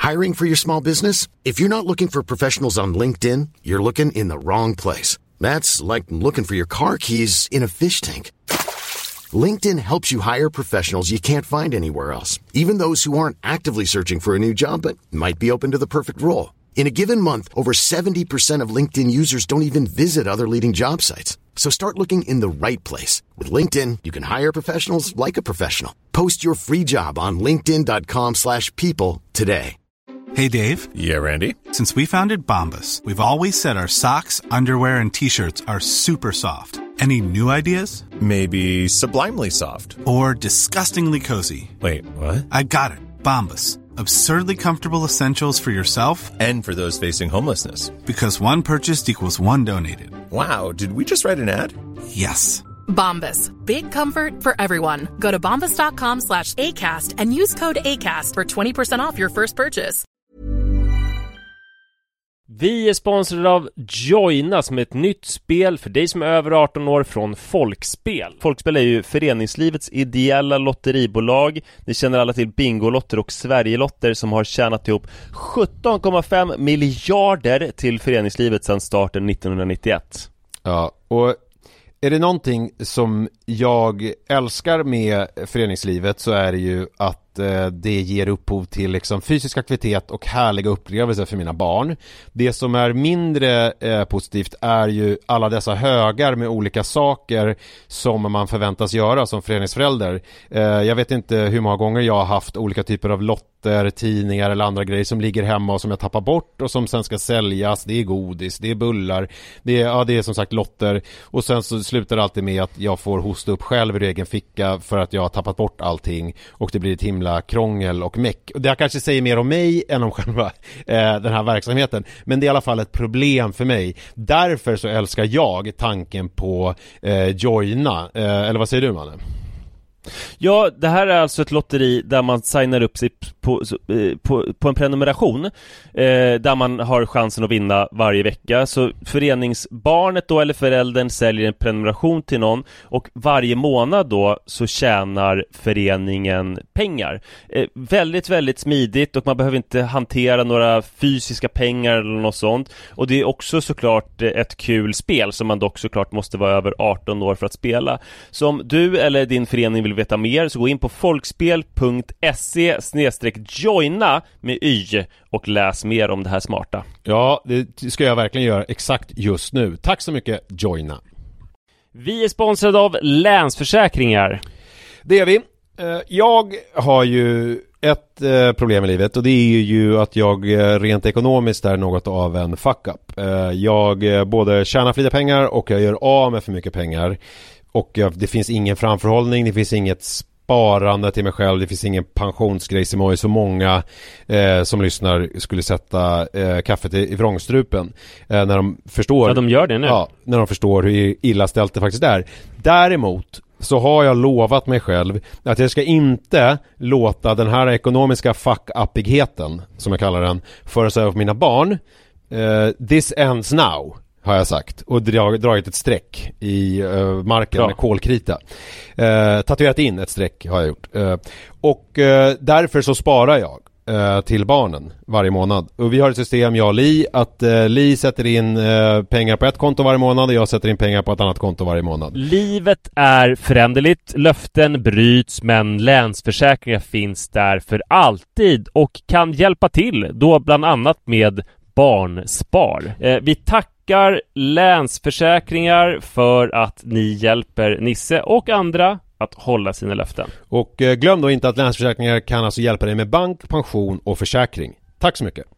Hiring for your small business? If you're not looking for professionals on LinkedIn, you're looking in the wrong place. That's like looking for your car keys in a fish tank. LinkedIn helps you hire professionals you can't find anywhere else, even those who aren't actively searching for a new job but might be open to the perfect role. In a given month, over 70% of LinkedIn users don't even visit other leading job sites. So start looking in the right place. With LinkedIn, you can hire professionals like a professional. Post your free job on linkedin.com/people today. Hey, Dave. Yeah, Randy. Since we founded Bombas, we've always said our socks, underwear, and T-shirts are super soft. Any new ideas? Maybe sublimely soft. Or disgustingly cozy. Wait, what? I got it. Bombas. Absurdly comfortable essentials for yourself and for those facing homelessness. Because one purchased equals one donated. Wow, did we just write an ad? Yes. Bombas. Big comfort for everyone. Go to bombas.com/ACAST and use code ACAST for 20% off your first purchase. Vi är sponsrade av Joina, som är ett nytt spel för dig som är över 18 år från Folkspel. Folkspel är ju föreningslivets ideella lotteribolag. Ni känner alla till Bingolotter och Sverigelotter som har tjänat ihop 17,5 miljarder till föreningslivet sedan starten 1991. Ja, och är det någonting som jag älskar med föreningslivet så är det ju att det ger upphov till liksom fysisk aktivitet och härliga upplevelser för mina barn. Det som är mindre positivt är ju alla dessa högar med olika saker som man förväntas göra som föreningsförälder. Jag vet inte hur många gånger jag har haft olika typer av lotter, tidningar eller andra grejer som ligger hemma och som jag tappar bort och som sen ska säljas. Det är godis, det är bullar, det är som sagt lotter, och sen så slutar det alltid med att jag får hosta upp själv i egen ficka för att jag har tappat bort allting och det blir ett himla krångel och meck. Och det kanske säger mer om mig än om själva den här verksamheten, men det är i alla fall ett problem för mig. Därför så älskar jag tanken på Joina, eller vad säger du, Manne? Ja, det här är alltså ett lotteri där man signar upp sig på en prenumeration där man har chansen att vinna varje vecka. Så föreningsbarnet då, eller föräldern, säljer en prenumeration till någon och varje månad då så tjänar föreningen pengar. Väldigt, väldigt smidigt och man behöver inte hantera några fysiska pengar eller något sånt. Och det är också såklart ett kul spel som man dock såklart måste vara över 18 år för att spela. Så om du eller din förening vill veta mer så gå in på folkspel.se/joina med y och läs mer om det här smarta. Ja, det ska jag verkligen göra exakt just nu. Tack så mycket, Joina. Vi är sponsrade av Länsförsäkringar. Det är vi. Jag har ju ett problem i livet och det är ju att jag rent ekonomiskt är något av en fuck-up. Jag både tjänar för lite pengar och jag gör av med för mycket pengar. Och det finns ingen framförhållning, det finns inget sparande till mig själv, det finns ingen pensionsgrej som är så många som lyssnar skulle sätta kaffet i vrångstrupen när de förstår. Ja, de gör det nu. Ja, när de förstår hur illa ställt det faktiskt är. Däremot så har jag lovat mig själv att jag ska inte låta den här ekonomiska fuck-uppigheten, som jag kallar den, föras över på mina barn. This ends now, har jag sagt, och dragit ett streck i marken med kolkrita. Tatuerat in ett streck har jag gjort. Och därför så sparar jag till barnen varje månad. Och vi har ett system, jag och Li, att Li sätter in pengar på ett konto varje månad och jag sätter in pengar på ett annat konto varje månad. Livet är föränderligt, löften bryts, men Länsförsäkringar finns där för alltid och kan hjälpa till, då bland annat med barnspar. Vi tackar Länsförsäkringar för att ni hjälper Nisse och andra att hålla sina löften. Och glöm då inte att Länsförsäkringar kan alltså hjälpa dig med bank, pension och försäkring. Tack så mycket.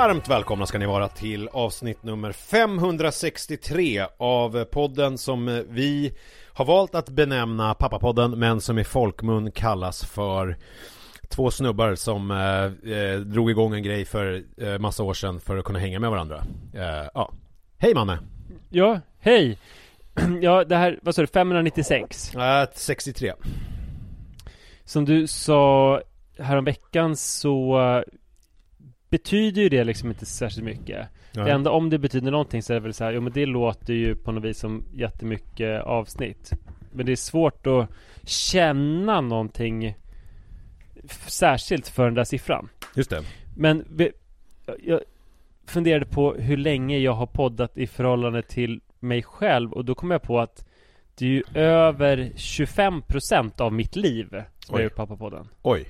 Varmt välkomna ska ni vara till avsnitt nummer 563 av podden som vi har valt att benämna Pappapodden, men som i folkmun kallas för två snubbar som drog igång en grej för massa år sedan för att kunna hänga med varandra. Ja. Hej Manne! Ja, hej! Ja, det här, vad sa du, 596? 63. Som du sa häromveckan så betyder ju det liksom inte särskilt mycket. Ja. Det enda om det betyder någonting så är det väl så här, jo men det låter ju på något vis som jättemycket avsnitt. Men det är svårt att känna någonting särskilt för den där siffran. Just det. Men jag funderade på hur länge jag har poddat i förhållande till mig själv, och då kom jag på att det är ju över 25% av mitt liv som jag är Pappapodden. Oj.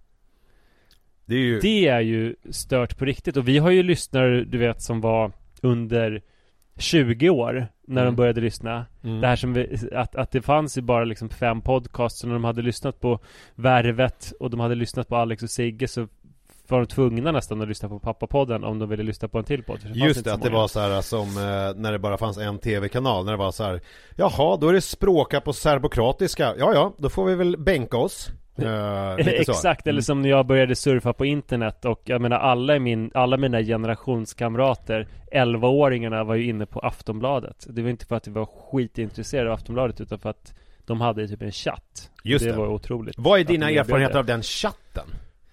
Det är ju stört på riktigt. Och vi har ju lyssnare, du vet, som var under 20 år när de började lyssna. Det här som att det fanns ju bara liksom 5 podcasts, och när de hade lyssnat på Värvet och de hade lyssnat på Alex och Sigge, så var de tvungna nästan att lyssna på Pappapodden om de ville lyssna på en till podd. Just det, att det var så här som när det bara fanns en tv-kanal, när det var så här: jaha, då är det språka på serbokratiska. Ja, då får vi väl bänka oss. Exakt, eller som när jag började surfa på internet, och jag menar alla mina generationskamrater 11-åringarna var ju inne på Aftonbladet. Det var inte för att vi var skitintresserade av Aftonbladet, utan för att de hade typ en chatt. Just det. Var otroligt. Vad är dina erfarenheter av den chatten?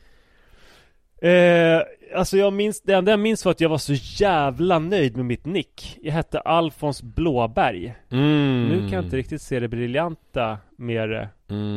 Alltså det enda jag minns var att jag var så jävla nöjd med mitt nick. Jag hette Alfons Blåberg. Nu kan jag inte riktigt se det briljanta med det.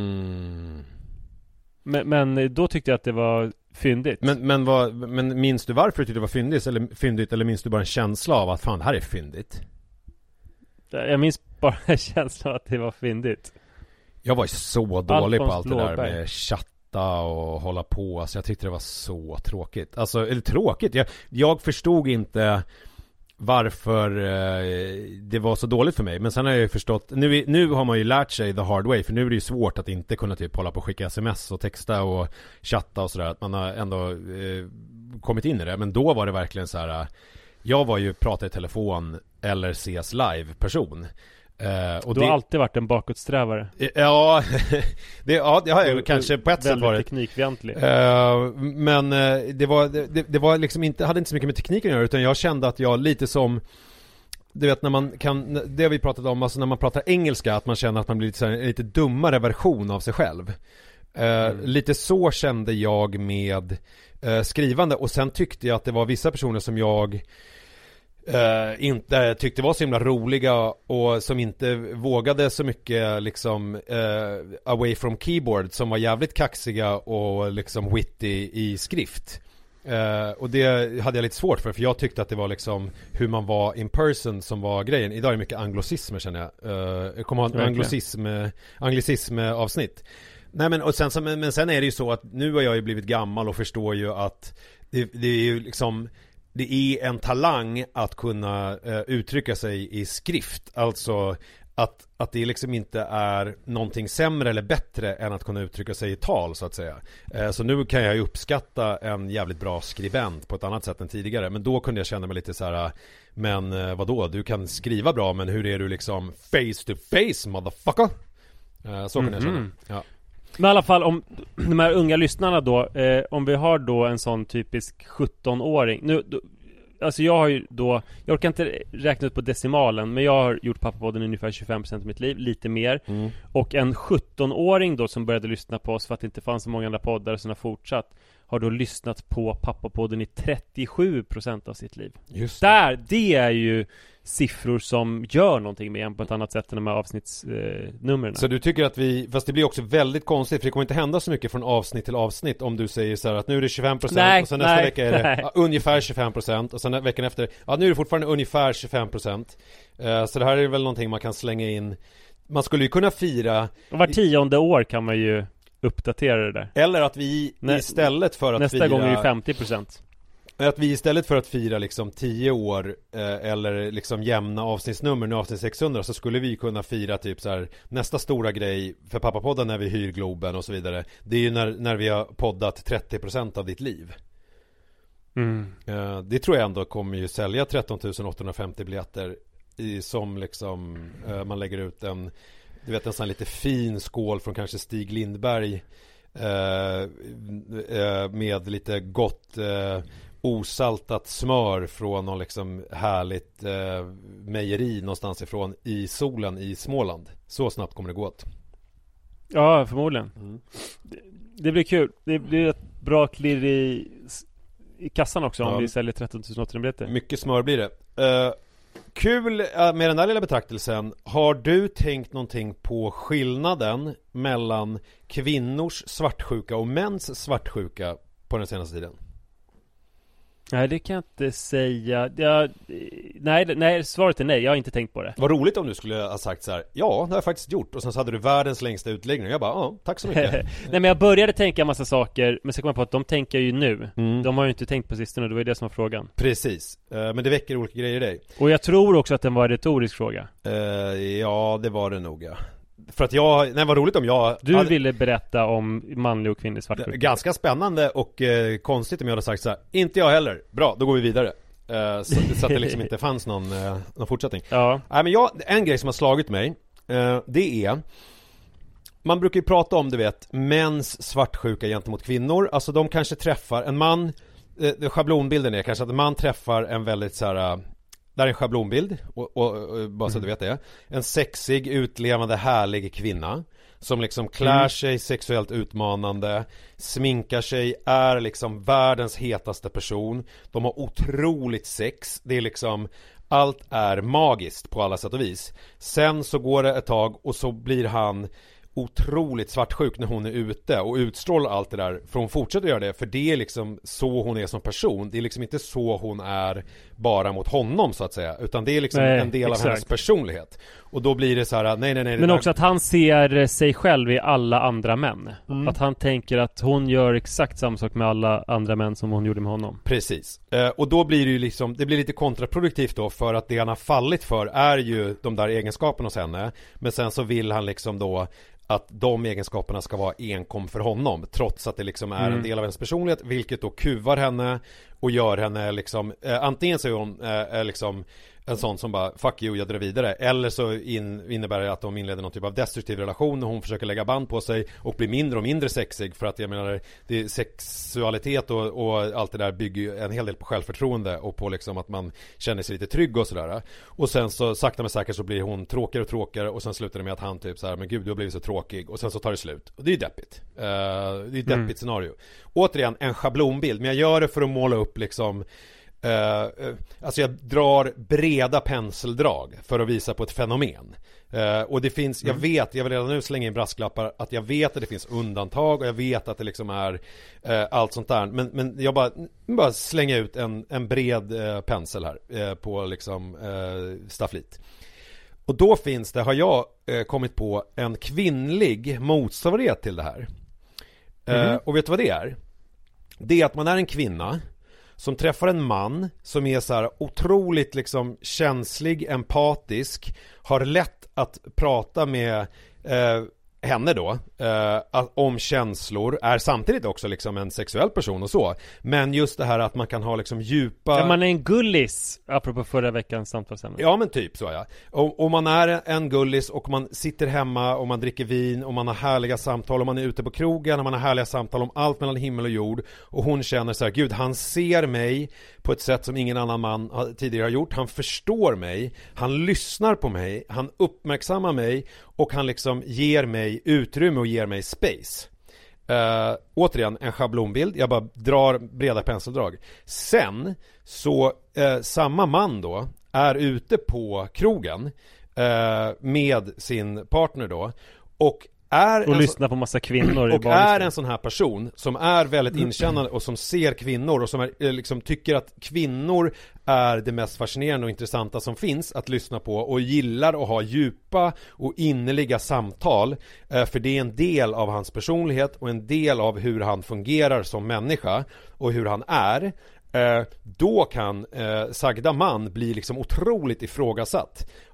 Men då tyckte jag att det var fyndigt. Men minns du varför du tyckte det var fyndigt, eller minns du bara en känsla av att fan, det här är fyndigt? Jag minns bara en känsla av att det var fyndigt. Jag var så dålig Alfons på allt Blåberg. det där med chatta och hålla på. Alltså jag tyckte det var så tråkigt. Alltså, eller tråkigt. Jag förstod inte varför det var så dåligt för mig. Men sen har jag ju förstått, nu har man ju lärt sig the hard way, för nu är det ju svårt att inte kunna typ hålla på och skicka sms och texta och chatta och sådär, att man har ändå kommit in i det. Men då var det verkligen så här: jag var ju prata i telefon eller ses live person. Och du har alltid varit en bakåtsträvare. Ja, det har jag kanske på ett sätt varit. Väldigt teknikfientlig. Men det var liksom inte, hade inte så mycket med tekniken att göra, utan jag kände att jag lite som, du vet, när man kan, det har vi pratat om, alltså när man pratar engelska, att man känner att man blir en lite dummare version av sig själv. Lite så kände jag med skrivande. Och sen tyckte jag att det var vissa personer som jag inte tyckte var så himla roliga, och som inte vågade så mycket liksom away from keyboard, som var jävligt kaxiga och liksom witty i skrift. Och det hade jag lite svårt för jag tyckte att det var liksom hur man var in person som var grejen. Idag är det mycket anglosismer, känner jag. Jag kommer ha en anglicism avsnitt. Nej, men sen är det ju så att nu har jag ju blivit gammal och förstår ju att det är ju liksom, det är en talang att kunna uttrycka sig i skrift. Alltså att det liksom inte är någonting sämre eller bättre än att kunna uttrycka sig i tal, så att säga. Så nu kan jag ju uppskatta en jävligt bra skribent på ett annat sätt än tidigare. Men då kunde jag känna mig lite så här: men vadå, du kan skriva bra, men hur är du liksom face to face, motherfucker? Så kunde jag känna. Ja. Men i alla fall, om de här unga lyssnarna då, om vi har då en sån typisk 17-åring. Alltså jag har ju då, jag orkar inte räkna ut på decimalen, men jag har gjort Pappapodden ungefär 25% av mitt liv, lite mer. Och en 17-åring då som började lyssna på oss för att det inte fanns så många andra poddar som har fortsatt, har då lyssnat på Pappapodden i 37% av sitt liv. Just det är ju siffror som gör någonting med en på ett annat sätt än de här avsnittsnumren. Så du tycker att fast det blir också väldigt konstigt, för det kommer inte hända så mycket från avsnitt till avsnitt om du säger så här att nu är det 25%, och sen nästa vecka är det ungefär 25%, och sen veckan efter, nu är det fortfarande ungefär 25%. Så det här är väl någonting man kan slänga in. Man skulle ju kunna fira, och var 10:e år kan man ju uppdatera det där. Eller att vi istället för att nästa fira, gång är det 50%. att vi istället för att fira liksom 10 år eller liksom jämna avsnittsnummer, nu avsnitt 600, så skulle vi kunna fira typ så här, nästa stora grej för Pappapodden när vi hyr Globen och så vidare. Det är ju när vi har poddat 30% av ditt liv. Det tror jag ändå kommer ju sälja 13 850 biljetter som liksom man lägger ut en sån lite fin skål från kanske Stig Lindberg med lite gott osaltat smör från någon liksom härligt mejeri någonstans ifrån i solen i Småland. Så snabbt kommer det gå åt. Ja, förmodligen. Det blir kul. Det blir ett bra klirr i kassan också om vi säljer 13 800 biljetter. Mycket smör blir det. Kul med den där lilla betraktelsen. Har du tänkt någonting på skillnaden mellan kvinnors svartsjuka och mäns svartsjuka på den senaste tiden? Nej, det kan jag inte säga. Nej, svaret är nej. Jag har inte tänkt på det. Vad roligt om du skulle ha sagt så här: ja, det har jag faktiskt gjort. Och sen så hade du världens längsta utläggning. Jag bara, ja, tack så mycket. Nej, men jag började tänka en massa saker. Men så kom jag på att de tänker ju nu. De har ju inte tänkt på sistone. Det var ju det som var frågan. Precis, men det väcker olika grejer i dig. Och jag tror också att den var en retorisk fråga. Ja, det var det nog, ja. För att vad roligt om jag ville berätta om manlig och kvinnlig svartsjuka. Ganska spännande och konstigt om jag hade sagt så här: inte jag heller, bra, då går vi vidare. Så att det liksom inte fanns någon fortsättning. Ja. Nej, men en grej som har slagit mig, det är, man brukar ju prata om, du vet, mäns svartsjuka gentemot kvinnor. Alltså de kanske träffar en man, schablonbilden är kanske att en man träffar en väldigt så här, där är en schablonbild och bara så du vet det. En sexig, utlevande, härlig kvinna som liksom klär sig sexuellt utmanande, sminkar sig, är liksom världens hetaste person. De har otroligt sex. Det är liksom, allt är magiskt på alla sätt och vis. Sen så går det ett tag och så blir han otroligt svartsjuk när hon är ute och utstrålar allt det där, för hon fortsätter göra det, för det är liksom så hon är som person. Det är liksom inte så hon är bara mot honom så att säga, utan det är liksom en del av hennes personlighet. Och då blir det så här, nej. Men också att han ser sig själv i alla andra män. Att han tänker att hon gör exakt samma sak med alla andra män som hon gjorde med honom. Precis. Och då blir det ju liksom, det blir lite kontraproduktivt då, för att det han har fallit för är ju de där egenskaperna hos henne. Men sen så vill han liksom då att de egenskaperna ska vara enkom för honom, trots att det liksom är en del av hennes personlighet, vilket då kuvar henne och gör henne liksom, antingen så är hon liksom en sån som bara, fuck you, jag drar vidare, eller så innebär det att de inleder någon typ av destruktiv relation och hon försöker lägga band på sig och blir mindre och mindre sexig, för att jag menar, det är sexualitet och allt det där bygger ju en hel del på självförtroende och på liksom att man känner sig lite trygg och sådär. Och sen så sakta men säkert så blir hon tråkigare och tråkigare, och sen slutar det med att han typ så här, men gud, du har blivit så tråkig, och sen så tar det slut. Och det är ju deppigt. Det är ett deppigt scenario. Återigen, en schablonbild, men jag gör det för att måla upp liksom, alltså jag drar breda penseldrag för att visa på ett fenomen. Och det finns, jag vill redan nu slänga in brasklappar att jag vet att det finns undantag, och jag vet att det liksom är allt sånt där, men jag bara slänga ut en bred pensel här på liksom stafflit. Och då finns det, har jag kommit på en kvinnlig motsvarighet till det här. Och vet du vad det är? Det är att man är en kvinna som träffar en man som är så här otroligt liksom känslig, empatisk, har lätt att prata med henne då om känslor, är samtidigt också liksom en sexuell person och så, men just det här att man kan ha liksom djupa... Ja, man är en gullis, apropå förra veckans samtalsämne. Ja, men typ så, ja. Och man är en gullis och man sitter hemma och man dricker vin och man har härliga samtal och man är ute på krogen och man har härliga samtal om allt mellan himmel och jord, och hon känner så här, gud, han ser mig på ett sätt som ingen annan man tidigare har gjort, han förstår mig, han lyssnar på mig, han uppmärksammar mig, och han liksom ger mig utrymme och ger mig space. Återigen, en schablonbild. Jag bara drar breda penseldrag. Sen så samma man då är ute på krogen med sin partner då, och lyssnar på massa kvinnor och är en sån här person som är väldigt inkännande och som ser kvinnor och som är, liksom, tycker att kvinnor är det mest fascinerande och intressanta som finns att lyssna på, och gillar att ha djupa och innerliga samtal, för det är en del av hans personlighet och en del av hur han fungerar som människa och hur han är. Då kan sagda man bli liksom otroligt ifrågasatt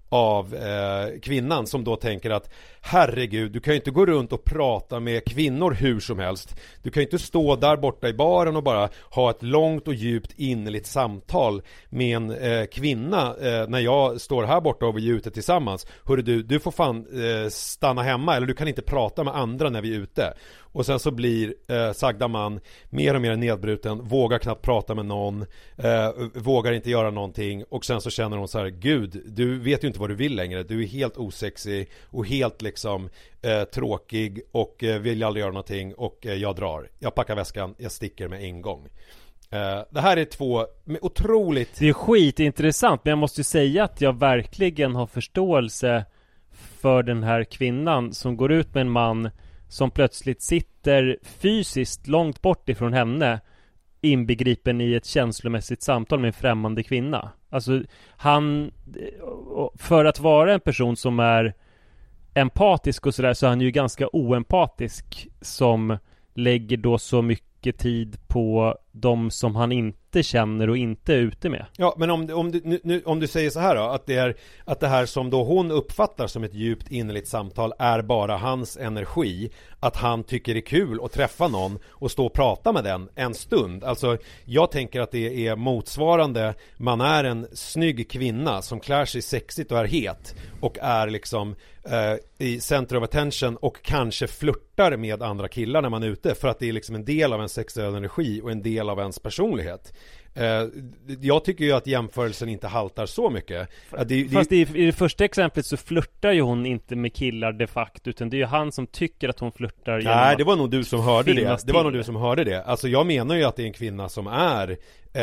av kvinnan som då tänker att herregud, du kan ju inte gå runt och prata med kvinnor hur som helst. Du kan ju inte stå där borta i baren och bara ha ett långt och djupt innerligt samtal med en kvinna när jag står här borta och vi är ute tillsammans. Hörru du får fan stanna hemma, eller du kan inte prata med andra när vi är ute. Och sen så blir sagda man mer och mer nedbruten, vågar knappt prata med någon, vågar inte göra någonting, och sen så känner hon så här: gud, du vet ju inte vad du vill längre, du är helt osexig och helt liksom tråkig och vill aldrig göra någonting, och jag packar väskan, jag sticker med en gång. Det här är två otroligt... Det är skitintressant, men jag måste ju säga att jag verkligen har förståelse för den här kvinnan som går ut med en man som plötsligt sitter fysiskt långt bort ifrån henne, inbegripen i ett känslomässigt samtal med en främmande kvinna. Alltså han, för att vara en person som är empatisk och sådär, så är han ju ganska oempatisk, som lägger då så mycket tid på de som han inte känner och inte är ute med. Ja, men om du säger så här då, att det här som då hon uppfattar som ett djupt innerligt samtal är bara hans energi, att han tycker det är kul att träffa någon och stå och prata med den en stund. Alltså jag tänker att det är motsvarande, man är en snygg kvinna som klär sig sexigt och är het och är liksom i center of attention och kanske flirtar med andra killar när man är ute, för att det är liksom en del av en sexuell energi och en del av ens personlighet. Jag tycker ju att jämförelsen inte haltar så mycket. Fast i det första exemplet så flirtar ju hon inte med killar de facto, utan det är ju han som tycker att hon flirtar. Nej, det var nog du som hörde det. Det var nog du som hörde det. Alltså jag menar ju att det är en kvinna som är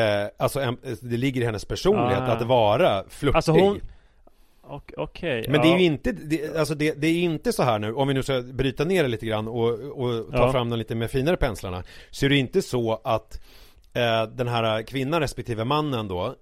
det ligger i hennes personlighet att vara flirtig. Alltså hon... Okej, men det är ju inte det är inte så här nu, om vi nu ska bryta ner det lite grann och ta fram den lite med finare penslarna, så är det inte så att den här kvinnan respektive mannen då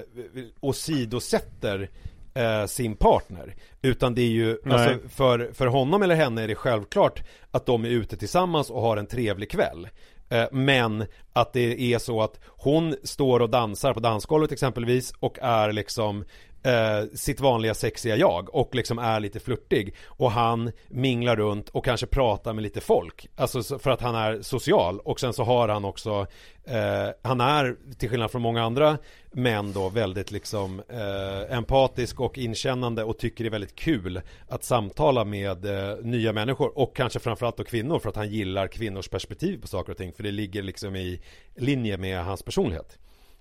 åsidosätter sin partner, utan det är ju alltså, för honom eller henne är det självklart att de är ute tillsammans och har en trevlig kväll. Men att det är så att hon står och dansar på dansgolvet exempelvis och är liksom sitt vanliga sexiga jag och liksom är lite flirtig, och han minglar runt och kanske pratar med lite folk, alltså för att han är social, och sen så har han också han är, till skillnad från många andra män då, väldigt liksom empatisk och inkännande och tycker det är väldigt kul att samtala med nya människor, och kanske framförallt då kvinnor, för att han gillar kvinnors perspektiv på saker och ting, för det ligger liksom i linje med hans personlighet.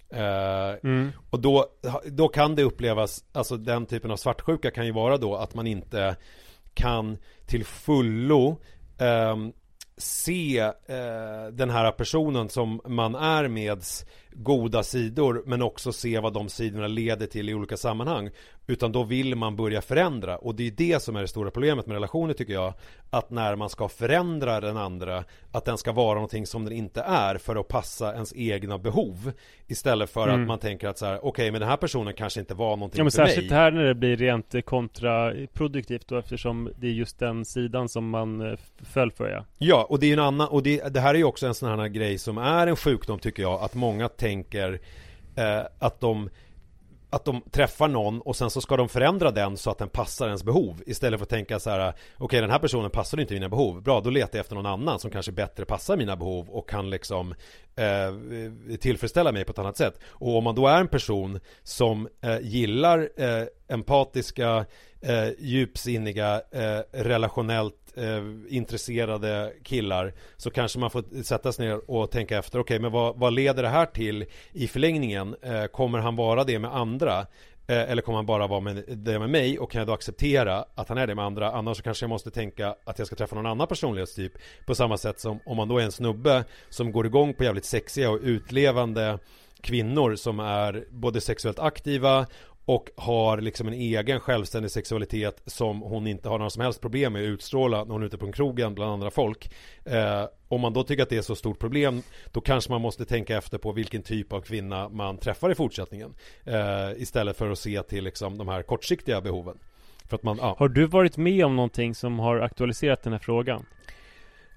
Och då kan det upplevas, alltså den typen av svartsjuka kan ju vara då att man inte kan till fullo se den här personen som man är med goda sidor, men också se vad de sidorna leder till i olika sammanhang, utan då vill man börja förändra, och det är det som är det stora problemet med relationer, tycker jag, att när man ska förändra den andra, att den ska vara någonting som den inte är, för att passa ens egna behov, istället för att man tänker att så här, okej, men den här personen kanske inte var någonting för mig. Särskilt här när det blir rent kontraproduktivt då, eftersom det är just den sidan som man föll för. Ja, och det är ju en annan, och det här är ju också en sån här grej som är en sjukdom, tycker jag, att många tänker att de träffar någon och sen så ska de förändra den så att den passar ens behov, istället för att tänka så här: okej, den här personen passar inte mina behov, bra, då letar jag efter någon annan som kanske bättre passar mina behov och kan liksom tillfredsställa mig på ett annat sätt. Och om man då är en person som gillar empatiska, djupsinniga, relationellt intresserade killar, så kanske man får sätta sig ner och tänka efter, okej, men vad leder det här till i förlängningen? Kommer han vara det med andra? Eller kommer han bara vara det med mig, och kan jag då acceptera att han är det med andra? Annars så kanske jag måste tänka att jag ska träffa någon annan personlighetstyp, på samma sätt som om man då är en snubbe som går igång på jävligt sexiga och utlevande kvinnor som är både sexuellt aktiva och har liksom en egen självständig sexualitet som hon inte har några som helst problem med att utstråla när hon är ute på en krogen bland andra folk. Om man då tycker att det är så stort problem, då kanske man måste tänka efter på vilken typ av kvinna man träffar i fortsättningen, istället för att se till liksom de här kortsiktiga behoven. För att man, Har du varit med om någonting som har aktualiserat den här frågan?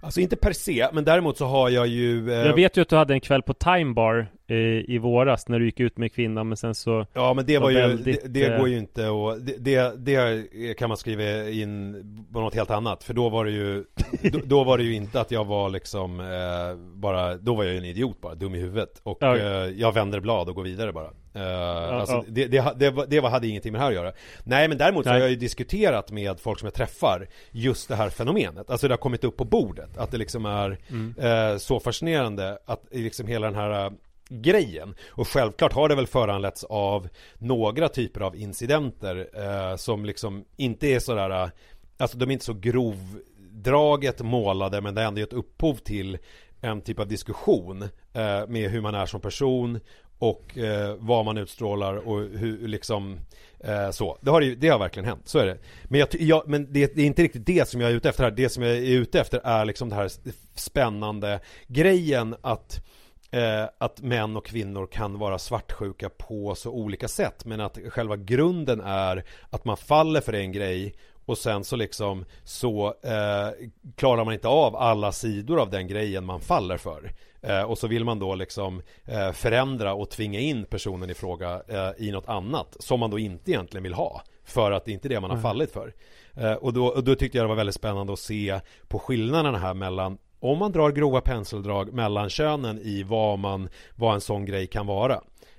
Alltså inte per se, men däremot så har jag ju... Jag vet ju att du hade en kväll på Time Bar i våras när du gick ut med kvinnan, men sen så... Ja, men det var ju... väldigt, det går ju inte, och det kan man skriva in på något helt annat. För då var det ju... då var det ju inte att jag var liksom bara... Då var jag ju en idiot bara, dum i huvudet. Och jag vänder blad och går vidare bara. Alltså, det hade ingenting med det här att göra. Nej, men däremot så har jag ju diskuterat med folk som jag träffar just det här fenomenet. Alltså det har kommit upp på bordet. Att det liksom är så fascinerande att liksom hela den här grejen. Och självklart har det väl föranletts av några typer av incidenter som liksom inte är sådär, alltså de är inte så grovdraget målade, men det är ändå ett upphov till en typ av diskussion med hur man är som person och vad man utstrålar och hur liksom så. Det har verkligen hänt, så är det. Men det är inte riktigt det som jag är ute efter här. Det som jag är ute efter är liksom det här spännande grejen att män och kvinnor kan vara svartsjuka på så olika sätt, men att själva grunden är att man faller för en grej och sen så liksom så klarar man inte av alla sidor av den grejen man faller för. Och så vill man då liksom förändra och tvinga in personen i fråga i något annat som man då inte egentligen vill ha, för att det inte är det man har fallit för. Och då tyckte jag det var väldigt spännande att se på skillnaderna här mellan, om man drar grova penseldrag mellan könen i vad en sån grej kan vara.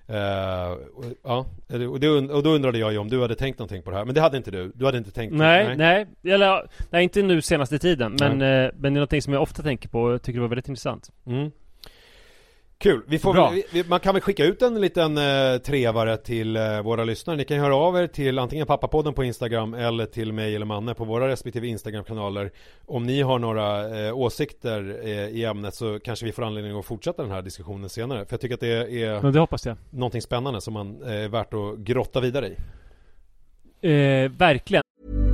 Och då undrade jag ju om du hade tänkt någonting på det här. Men det hade inte du. Du hade inte tänkt. Nej, inte nu senaste tiden. Men det är någonting som jag ofta tänker på. Jag tycker det var väldigt intressant. Kul, man kan väl skicka ut en liten trevare till våra lyssnare. Ni kan höra av er till antingen Pappapodden på Instagram eller till mig eller Manne på våra respektive Instagram-kanaler. Om ni har några åsikter i ämnet, så kanske vi får anledning att fortsätta den här diskussionen senare. För jag tycker att det är det hoppas jag. Någonting spännande som man är värt att grotta vidare i. Verkligen.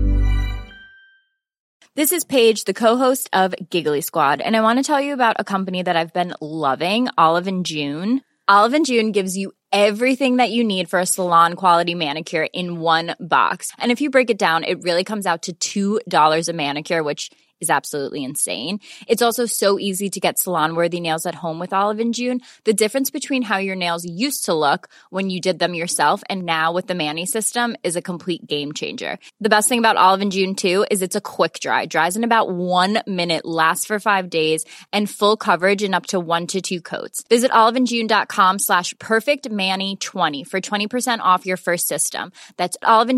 This is Paige, the co-host of Giggly Squad, and I want to tell you about a company that I've been loving, Olive & June. Olive & June gives you everything that you need for a salon-quality manicure in one box. And if you break it down, it really comes out to $2 a manicure, which is absolutely insane. It's also so easy to get salon-worthy nails at home with Olive & June. The difference between how your nails used to look when you did them yourself and now with the Mani system is a complete game changer. The best thing about Olive & June too is it's a quick dry. Dries in about 1 minute, lasts for 5 days, and full coverage in up to 1 to 2 coats. Visit oliveandjune.com/perfectmani20 for 20% off your first system. That's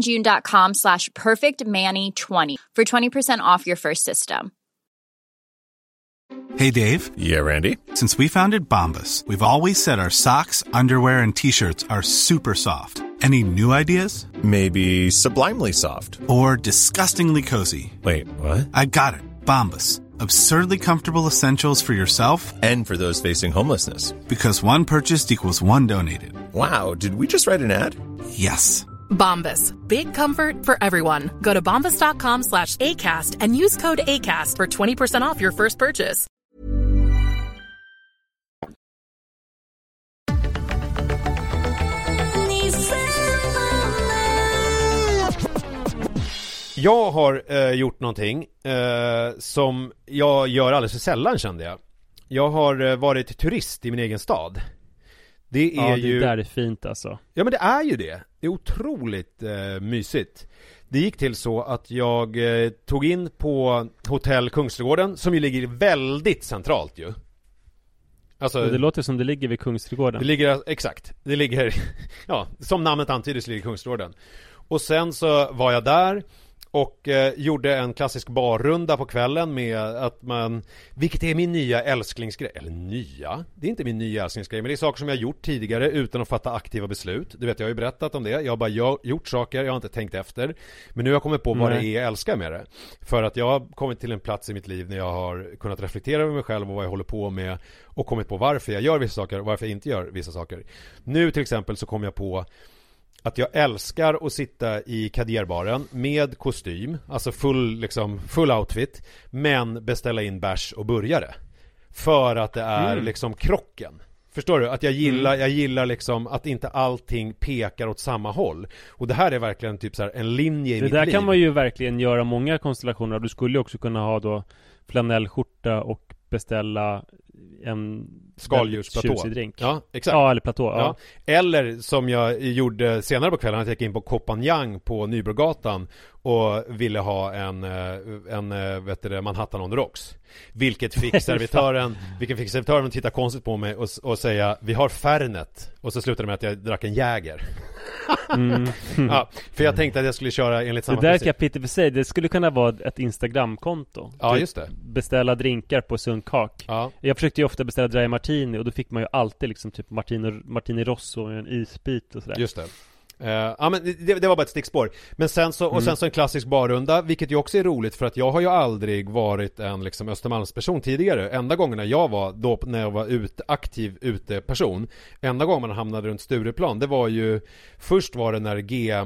oliveandjune.com/perfectmani20 for 20% off your first system. Hey, Dave. Yeah, Randy. Since we founded Bombas, we've always said our socks, underwear, and T-shirts are super soft. Any new ideas? Maybe sublimely soft. Or disgustingly cozy. Wait, what? I got it. Bombas. Absurdly comfortable essentials for yourself and for those facing homelessness. Because one purchased equals one donated. Wow, did we just write an ad? Yes. Bombas. Big comfort for everyone. Go to bombas.com/ACAST and use code ACAST for 20% off your first purchase. Jag har gjort någonting som jag gör alldeles för sällan, kände jag. Jag har varit turist i min egen stad. Det är ju... där är fint alltså. Ja, men det är ju det. Det är otroligt mysigt. Det gick till så att jag tog in på hotell Kungsträdgården, som ju ligger väldigt centralt ju. Alltså, det låter som det ligger vid Kungsträdgården. Det ligger, exakt. Det ligger, ja, som namnet antyder så ligger Kungsträdgården. Och sen så var jag där och gjorde en klassisk barrunda på kvällen med att man, vilket är min nya älsklingsgrej, eller nya, det är inte min nya älsklingsgrej, men det är saker som jag gjort tidigare utan att fatta aktiva beslut. Du vet, jag har ju berättat om det, jag har bara gjort saker, jag har inte tänkt efter, men nu har jag kommit på vad det är jag älskar med det. För att jag har kommit till en plats i mitt liv när jag har kunnat reflektera över mig själv och vad jag håller på med, och kommit på varför jag gör vissa saker och varför jag inte gör vissa saker. Nu till exempel så kom jag på att jag älskar att sitta i Kadierbaren med kostym, alltså full outfit, men beställa in bärs och burgare. För att det är liksom krocken. Förstår du? Att jag gillar liksom att inte allting pekar åt samma håll. Och det här är verkligen typ så här en linje i mitt liv. Det där kan man ju verkligen göra många konstellationer. Du skulle ju också kunna ha då flanellskjorta och beställa en skaldjursplatå. Drink. Ja, exakt. Ja, eller platå. Ja. Eller som jag gjorde senare på kvällen, att jag gick in på Kopanjang på Nybrogatan och ville ha en Manhattan on the rocks. Vilket fick servitören att titta konstigt på mig och säga, vi har Fernet. Och så slutade det med att jag drack en Jäger. Ja, för jag tänkte att jag skulle köra enligt samma princip. Det där princip. kapitel för sig, det skulle kunna vara ett Instagram-konto. Ja, just det. Beställa drinkar på Sunkak. Ja. Jag försökte ju ofta beställa dry martini, och då fick man ju alltid liksom typ martini rosso och en isbit och sådär. Just det. Ja, men det var bara ett stickspår. Men sen så en klassisk barrunda, vilket ju också är roligt, för att jag har ju aldrig varit en liksom Östermalmsperson tidigare. Enda gången jag var aktiv uteperson, enda gången man hamnade runt Stureplan, det var ju, först var det när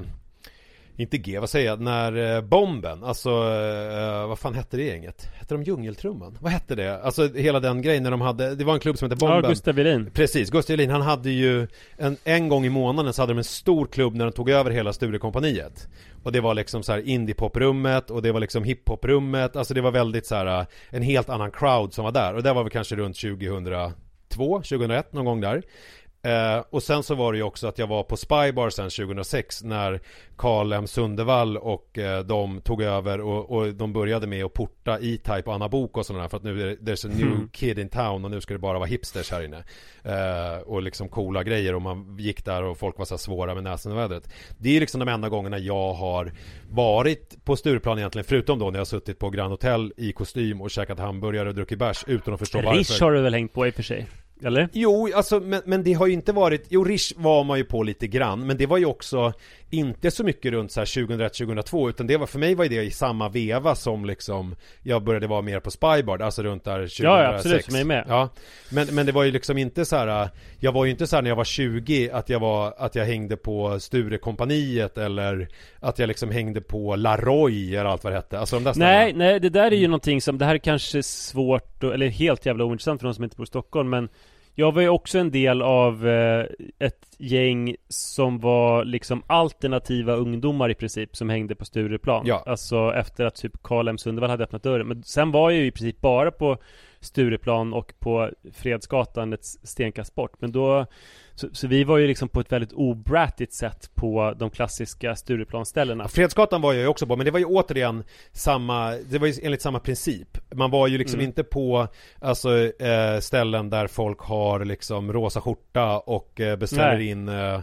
när Bomben, alltså vad fan hette det gänget? Hette de Djungeltrumman? Vad hette det? Alltså hela den grejen när de hade, det var en klubb som hette Bomben. Ja, Gustav Velin. Precis, Gustav Velin, han hade ju en gång i månaden så hade de en stor klubb när de tog över hela Sturekompaniet. Och det var liksom så här indie-poprummet, och det var liksom hip-hoprummet, alltså det var väldigt så här en helt annan crowd som var där. Och där var vi kanske runt 2001 någon gång där. Och sen så var det ju också att jag var på Spybar sen 2006 när Carl M. Sundevall och de tog över och de började med att porta E-Type och Anna Bok och sådana där, för att nu there's a new kid in town och nu ska det bara vara hipsters här inne och liksom coola grejer, och man gick där och folk var så svåra med näsan i vädret. Det är liksom de enda gångerna jag har varit på Stureplan egentligen, förutom då när jag har suttit på Grand Hotel i kostym och käkat hamburgare och druckit bärs utan att förstå varför. Rish har du väl hängt på i och för sig? Eller? Jo, alltså, men det har ju inte varit... Jo, Rish var man ju på lite grann, men det var ju också inte så mycket runt så här 2001-2002, utan det var, för mig var det i samma veva som liksom jag började vara mer på Spybar, alltså runt där 2006. Ja, absolut, som jag är med. Ja, men det var ju liksom inte så här, jag var ju inte så här när jag var 20 att jag hängde på Sturekompaniet, eller att jag liksom hängde på Laroy eller allt vad det hette. Alltså de där nej, det där är ju någonting som, det här är kanske svårt eller helt jävla ointressant för de som inte bor i Stockholm, men jag var ju också en del av ett gäng som var liksom alternativa ungdomar i princip, som hängde på Stureplan. Ja. Alltså efter att typ Carl M. Sundevall hade öppnat dörren. Men sen var jag ju i princip bara på Stureplan och på Fredsgatan ett stenkast bort. Men då, så vi var ju liksom på ett väldigt obrattigt sätt på de klassiska Stureplanställena. Ja, Fredsgatan var jag ju också på, men det var ju återigen det var ju enligt samma princip. Man var ju liksom inte på alltså, ställen där folk har liksom rosa skjorta och beställer in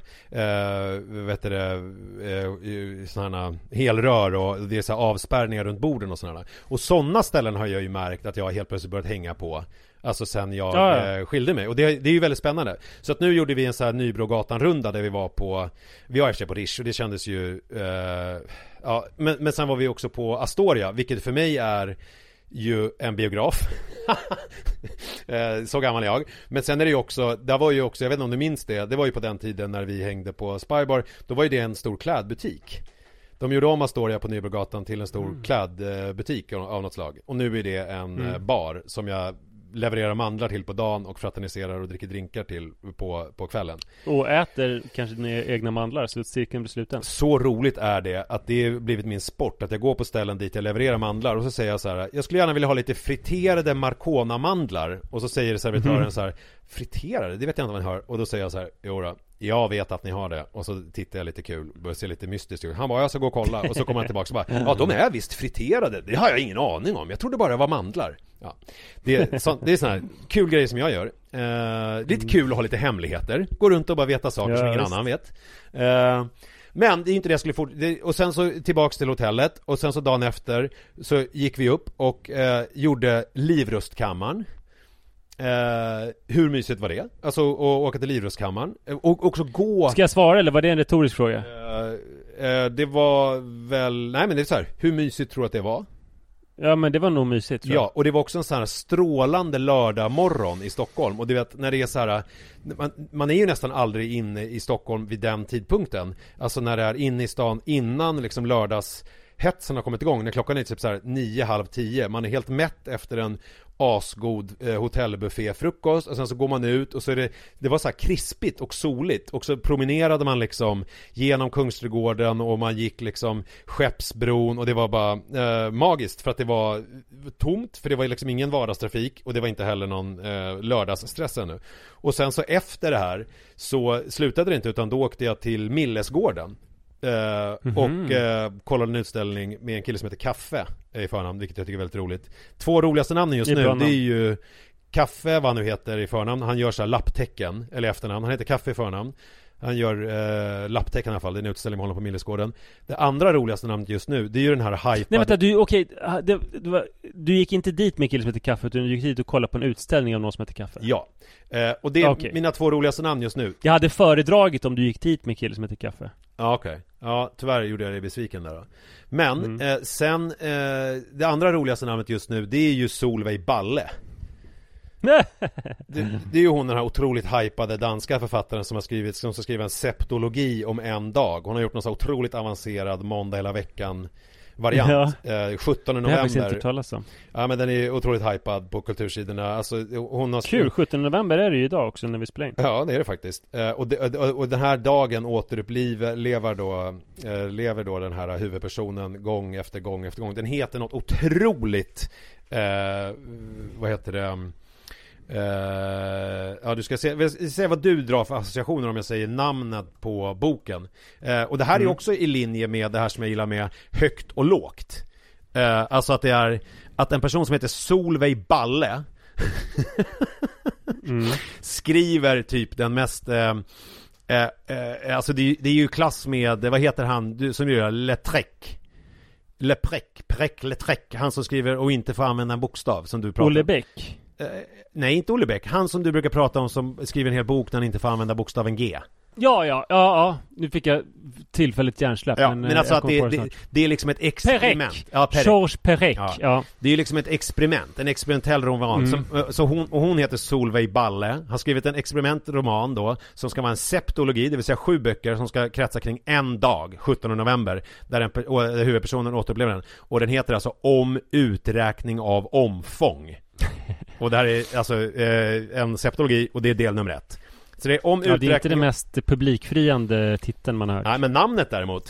sådana helrör, och det är så här avspärrningar runt borden och sådana. Och sådana ställen har jag ju märkt att jag helt plötsligt börjat hänga på. Alltså sen jag skilde mig. Och det är ju väldigt spännande. Så att nu gjorde vi en så här Nybrogatan-runda där vi var i och för sig på Rish, och det kändes ju men sen var vi också på Astoria, vilket för mig är ju en biograf. Så gammal är jag. Men sen är det ju också, det var ju också, jag vet inte om du minns det var ju på den tiden när vi hängde på Spybar, då var ju det en stor klädbutik. De gjorde om Astoria på Nybrogatan till en stor klädbutik av något slag. Och nu är det en bar som jag levererar mandlar till på dagen och fraterniserar och dricker drinkar till på kvällen. Och äter kanske dina egna mandlar, så att cirkeln blir sluten. Så roligt är det att det har blivit min sport, att jag går på ställen dit jag levererar mandlar och så säger jag så här: jag skulle gärna vilja ha lite friterade Marcona-mandlar. Och så säger servitören så här: friterade? Det vet jag inte vad ni har. Och då säger jag så här: jodå, jag vet att ni har det. Och så tittar jag lite kul, börjar se lite mystiskt ut. Han bara, jag ska gå och kolla. Och så kommer han tillbaka och bara, ja, de är visst friterade. Det har jag ingen aning om. Jag trodde bara det var mandlar. Ja. Det är sån här kul grej som jag gör. Lite kul att ha lite hemligheter. Gå runt och bara veta saker som ingen annan vet. Men det är inte det jag skulle och sen så tillbaks till hotellet. Och sen så dagen efter så gick vi upp och gjorde Livrustkammaren. Hur mysigt var det? Alltså att åka till Livrustkammaren och också gå. Ska jag svara eller var det en retorisk fråga? Det var väl, nej men det är så här, hur mysigt tror du att det var? Ja, men det var nog mysigt, tror jag. Ja, och det var också en sån här strålande lördag morgon i Stockholm. Och du vet, när det är så här, man är ju nästan aldrig inne i Stockholm vid den tidpunkten. Alltså när det är inne i stan innan liksom lördags hetsen har kommit igång, när klockan är typ så här 9:30, man är helt mätt efter en asgod hotellbuffé-frukost, och sen så går man ut och så är det var så här krispigt och soligt, och så promenerade man liksom genom Kungsträdgården och man gick liksom Skeppsbron, och det var bara magiskt, för att det var tomt, för det var liksom ingen vardagstrafik, och det var inte heller någon lördagsstress ännu. Och sen så efter det här så slutade det inte, utan då åkte jag till Millesgården och kollade en utställning med en kille som heter Kaffe i förnamn, vilket jag tycker är väldigt roligt. 2 roligaste namnen just nu, det är ju Kaffe, vad han nu heter i förnamn. Han gör så här lapptecken, eller efternamn. Han heter Kaffe i förnamn. Han gör lapptecken i alla fall. Det är en utställning med honom på Millesgården. Det andra roligaste namnet just nu, det är ju den här hypad... Nej vänta, du gick inte dit med en kille som heter Kaffe, utan du gick dit och kollade på en utställning av någon som heter Kaffe. Ja, och det är mina 2 roligaste namn just nu. Jag hade föredragit om du gick dit med en kille som heter Kaffe. Ja, okej. Ja, tyvärr gjorde jag det besviken där då. Men sen det andra roligaste namnet just nu, det är ju Solveig Balle. Det är ju hon, den här otroligt hypade danska författaren som ska skriva en septologi om en dag. Hon har gjort någon så otroligt avancerad måndag hela veckan variant. 17 november. Det har inte talas om. Ja, men den är otroligt hypad på kultursidorna. Alltså, hon har... Kul, 17 november är det ju idag också när vi spelar in. Ja, det är det faktiskt. Och den här dagen lever då den här huvudpersonen gång efter gång efter gång. Den heter något otroligt vad heter det? Ja, du ska se vad du drar för associationer om jag säger namnet på boken. Och det här är också i linje med det här som jag gillar med högt och lågt. Alltså att det är att en person som heter Solveig Balle skriver typ den mest alltså det är ju klass med, vad heter han som gör Letrec, han som skriver och inte får använda en bokstav som du pratar om. Olle Bäck. Nej, inte Olle Bäck. Han som du brukar prata om som skriver en hel bok när han inte får använda bokstaven G. Ja. Nu fick jag tillfälligt hjärnsläpp. Ja, men alltså att det är liksom ett experiment. Perec. Ja, Georges Perec. Ja. Det är ju liksom ett experiment, en experimentell roman. Hon heter Solveig Balle. Har skrivit en experimentroman då som ska vara en septologi, det vill säga 7 böcker som ska kretsa kring en dag, 17 november, där huvudpersonen återupplever den. Och den heter alltså Om uträkning av omfång. Och det här är alltså en septologi, och det är del nummer 1. Så det är om uträkning... det är inte det mest publikfriande titeln man har hört. Nej, men namnet däremot.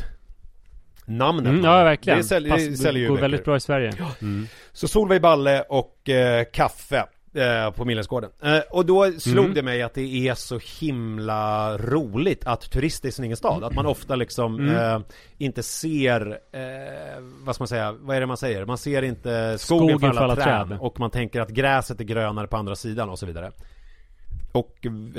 Ja, verkligen. Det säljer går väldigt bra i Sverige. Så Solveig Balle och Kaffe på Millesgården. Och då slog det mig att det är så himla roligt att turister i sin egen stad. Att man ofta liksom inte ser vad ska man säga? Vad är det man säger? Man ser inte skogen för alla träd. Och man tänker att gräset är grönare på andra sidan och så vidare. Och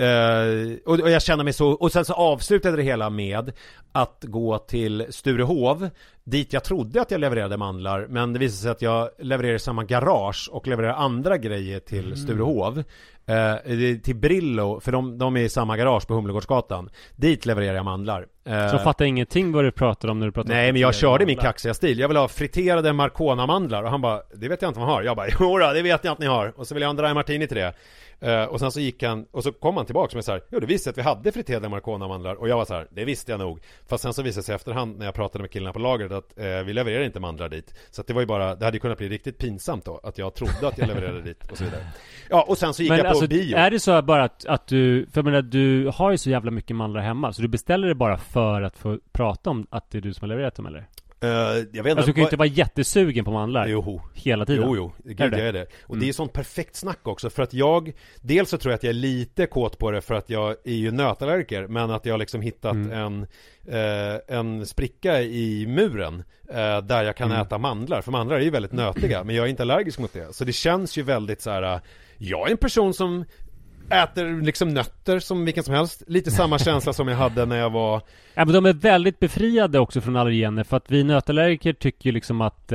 jag känner mig så. Och sen så avslutade det hela med att gå till Sturehov, dit jag trodde att jag levererade mandlar, men det visade sig att jag levererade samma garage och levererade andra grejer till Sturehov, till Brillo, för de är i samma garage på Humlegårdsgatan. Dit levererar jag mandlar. Så fattar ingenting vad du pratar om när du pratar. Nej, men jag körde min kaxiga stil. Jag vill ha friterade Marcona-mandlar, och han bara, det vet jag inte vad han har. Jag bara, jodå, det vet jag att ni har. Och så vill jag ha en dry martini till det. Och sen så gick han, och så kom han tillbaka med så här, jo, det visste att vi hade friterade Marcona-mandlar. Och jag var så här, det visste jag nog. Fast sen så visade sig efterhand när jag pratade med killarna på lagret att vi levererar inte mandlar dit. Så att det var ju bara, det hade ju kunnat bli riktigt pinsamt då, att jag trodde att jag levererade dit och så vidare. Ja, och sen så gick jag på bio. Är det så bara att du, för jag menar, du har ju så jävla mycket mandlar hemma, så du beställer det bara för att få prata om att det är du som har levererat dem, eller? Jag vet inte. Alltså, du kan ju inte vara jättesugen på mandlar hela tiden. Jo, gud, jag är det. Och det är sånt perfekt snack också, för att dels så tror jag att jag är lite kåt på det för att jag är ju nötallergiker, men att jag liksom hittat en spricka i muren där jag kan äta mandlar, för mandlar är ju väldigt nötiga, men jag är inte allergisk mot det. Så det känns ju väldigt så här. Jag är en person som äter liksom nötter som vilken som helst. Lite samma känsla som jag hade när jag var... Ja, men de är väldigt befriade också från allergener, för att vi nötallergiker tycker ju liksom att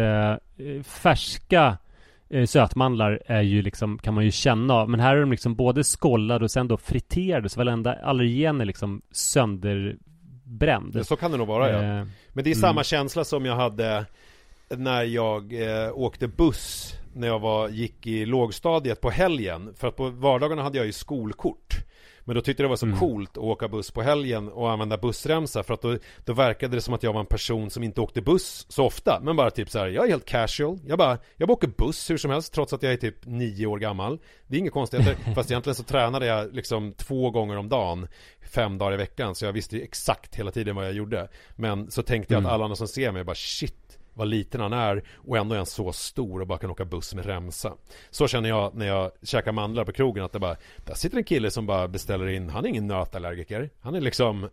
färska sötmandlar är ju liksom, kan man ju känna av. Men här är de liksom både skållade och sen då friterade, så varenda allergen är liksom sönderbränd. Ja, så kan det nog vara, ja. Men det är samma känsla som jag hade när jag åkte buss när jag gick i lågstadiet på helgen. För att på vardagarna hade jag ju skolkort. Men då tyckte jag det var så coolt att åka buss på helgen och använda bussremsa, för att då verkade det som att jag var en person som inte åkte buss så ofta, men bara typ så här, jag är helt casual, jag bara åker buss hur som helst trots att jag är typ 9 år gammal. Det är inget konstigt, fast egentligen så tränade jag liksom 2 gånger om dagen 5 dagar i veckan, så jag visste ju exakt hela tiden vad jag gjorde. Men så tänkte jag att alla andra som ser mig bara, shit vad liten han är, och ändå är han så stor och bara kan åka buss med remsa. Så känner jag när jag käkar mandlar på krogen, att det bara, där sitter en kille som bara beställer in, han är ingen nötallergiker, han är liksom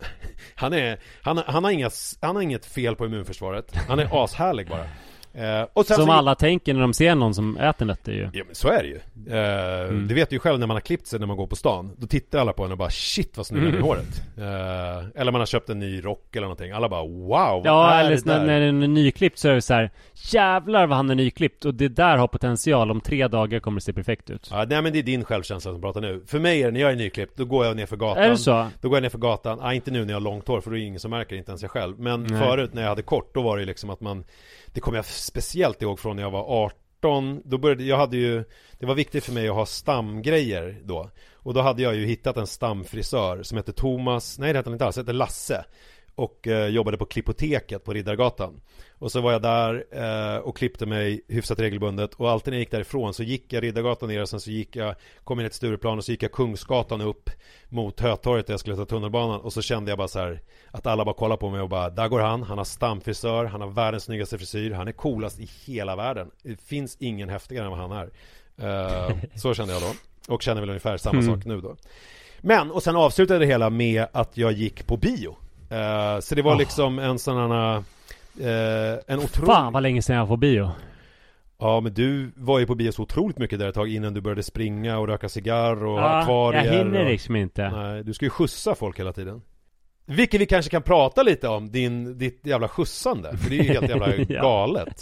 han har inget fel på immunförsvaret, han är ashärlig bara. Och sen som alla tänker när de ser någon som äter nötter ju. Ja, men så är det ju. Det vet du ju själv när man har klippt sig när man går på stan. Då tittar alla på en och bara, shit vad snygg i håret. Eller man har köpt en ny rock eller någonting. Alla bara, wow, vad är det där? När den är nyklippt så är det så här, jävlar vad han är nyklippt. Och det där har potential, om 3 dagar kommer det se perfekt ut. Ja, nej men det är din självkänsla som pratar nu. För mig är det, när jag är nyklippt, då går jag ner för gatan. Är det så? Då går jag ner för gatan. Inte nu när jag har långt hår, för då är det ingen som märker, inte ens jag själv. Men förut när jag hade kort, då var det liksom att man, det kommer jag speciellt ihåg från när jag var 18. Då började det var viktigt för mig att ha stamgrejer då. Och då hade jag ju hittat en stamfrisör som hette Thomas, nej det hette han inte alls, hette Lasse. Och jobbade på Klippoteket på Riddargatan. Och så var jag där och klippte mig hyfsat regelbundet. Och alltid när jag gick därifrån så gick jag Riddargatan ner, och sen så kom jag ner till Stureplan, och så gick jag Kungsgatan upp mot Hötorget där jag skulle ta tunnelbanan. Och så kände jag bara så här, att alla bara kollar på mig och bara, där går han har stamfrisör, han har världens snyggaste frisyr, han är coolast i hela världen. Det finns ingen häftigare än vad han är. Så kände jag då. Och känner väl ungefär samma sak nu då. Men, och sen avslutade det hela med att jag gick på bio. Så det var liksom en sån här en otrolig... Fan vad länge sedan jag var på bio. Ja, men du var ju på bio så otroligt mycket där ett tag innan du började springa och röka cigarr och akvarier. Jag hinner liksom inte. Nej, du ska ju skjutsa folk hela tiden. Vilket vi kanske kan prata lite om, ditt jävla skjutsande. För det är ju helt jävla galet.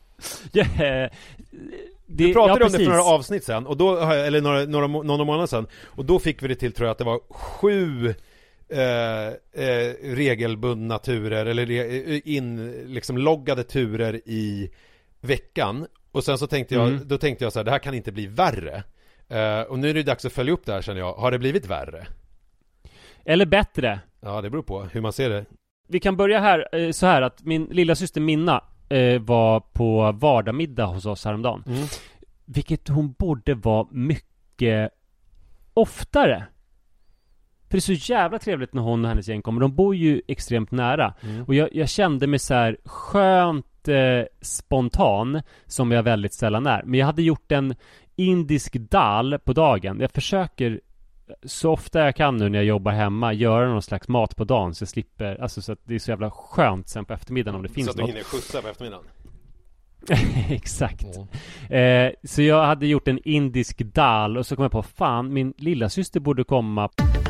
Du pratade om det för några avsnitt sen, och då, eller några månader sen, och då fick vi det till, tror jag, att det var 7 regelbundna turer eller liksom loggade turer i veckan. Och sen så tänkte jag så här, det här kan inte bli värre. Och nu är det dags att följa upp det här, känner jag. Har det blivit värre? Eller bättre? Ja, det beror på hur man ser det. Vi kan börja här, så här att min lilla syster Minna var på vardagsmiddag hos oss häromdagen. Vilket hon borde vara mycket oftare. För det är så jävla trevligt när hon och hennes gäng kommer. De bor ju extremt nära. Och jag kände mig så här skönt spontan, som jag väldigt sällan är. Men jag hade gjort en indisk dal på dagen. Jag försöker så ofta jag kan nu när jag jobbar hemma göra någon slags mat på dagen, så jag slipper, alltså så att det är så jävla skönt sen på eftermiddagen om det finns något. Så att du hinner skjutsa på eftermiddagen. Exakt. Så jag hade gjort en indisk dal, och så kom jag på, fan, min lilla syster borde komma.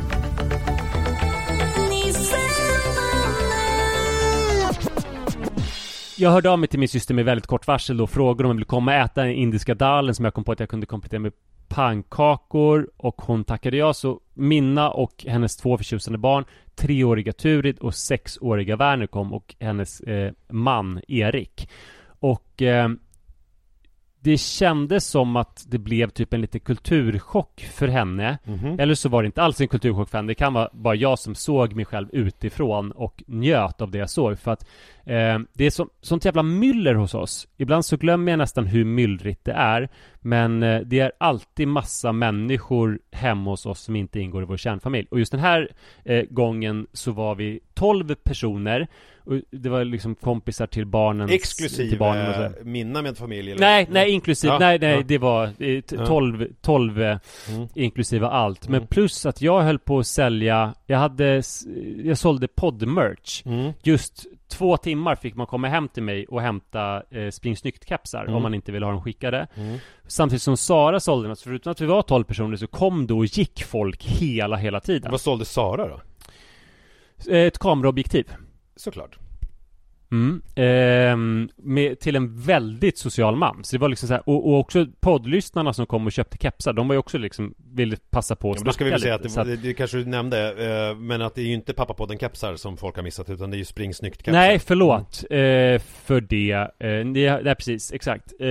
Jag hörde av mig till min syster med väldigt kort varsel och frågade om jag ville komma och äta den indiska dalen, som jag kom på att jag kunde komplettera med pannkakor, och hon tackade jag. Så Minna och hennes 2 förtjusande barn, 3-åriga Turid och 6-åriga Werner, kom, och hennes man Erik. Och det kändes som att det blev typ en lite kulturchock för henne. Eller så var det inte alls en kulturchock för henne. Det kan vara bara jag som såg mig själv utifrån och njöt av det jag såg. För att det är sånt jävla myller hos oss. Ibland så glömmer jag nästan hur myllrigt det är. Men det är alltid massa människor hemma hos oss som inte ingår i vår kärnfamilj. Och just den här gången så var vi 12 personer. Och det var liksom kompisar till barnen. Exklusive till barnen och Minna med familj eller? Nej, inklusive. Nej, det var 12 inklusive allt. Men plus att jag höll på att sälja, jag sålde poddmerch. Just 2 timmar fick man komma hem till mig och hämta springsnyggt-kepsar om man inte ville ha dem skickade. Samtidigt som Sara sålde något. Förutom att vi var 12 personer så kom då och gick folk hela tiden. Vad sålde Sara då? Ett kameraobjektiv. Såklart. Till en väldigt social man. Så det var liksom så här, och också poddlyssnarna som kom och köpte kepsar, de var ju också liksom, ville passa på att snacka. Då ska vi väl säga lite, att det kanske du nämnde, men att det är ju inte Pappapodden-kepsar som folk har missat, utan det är ju springsnyggt-kepsar. Nej, förlåt för det. Nej, precis, exakt.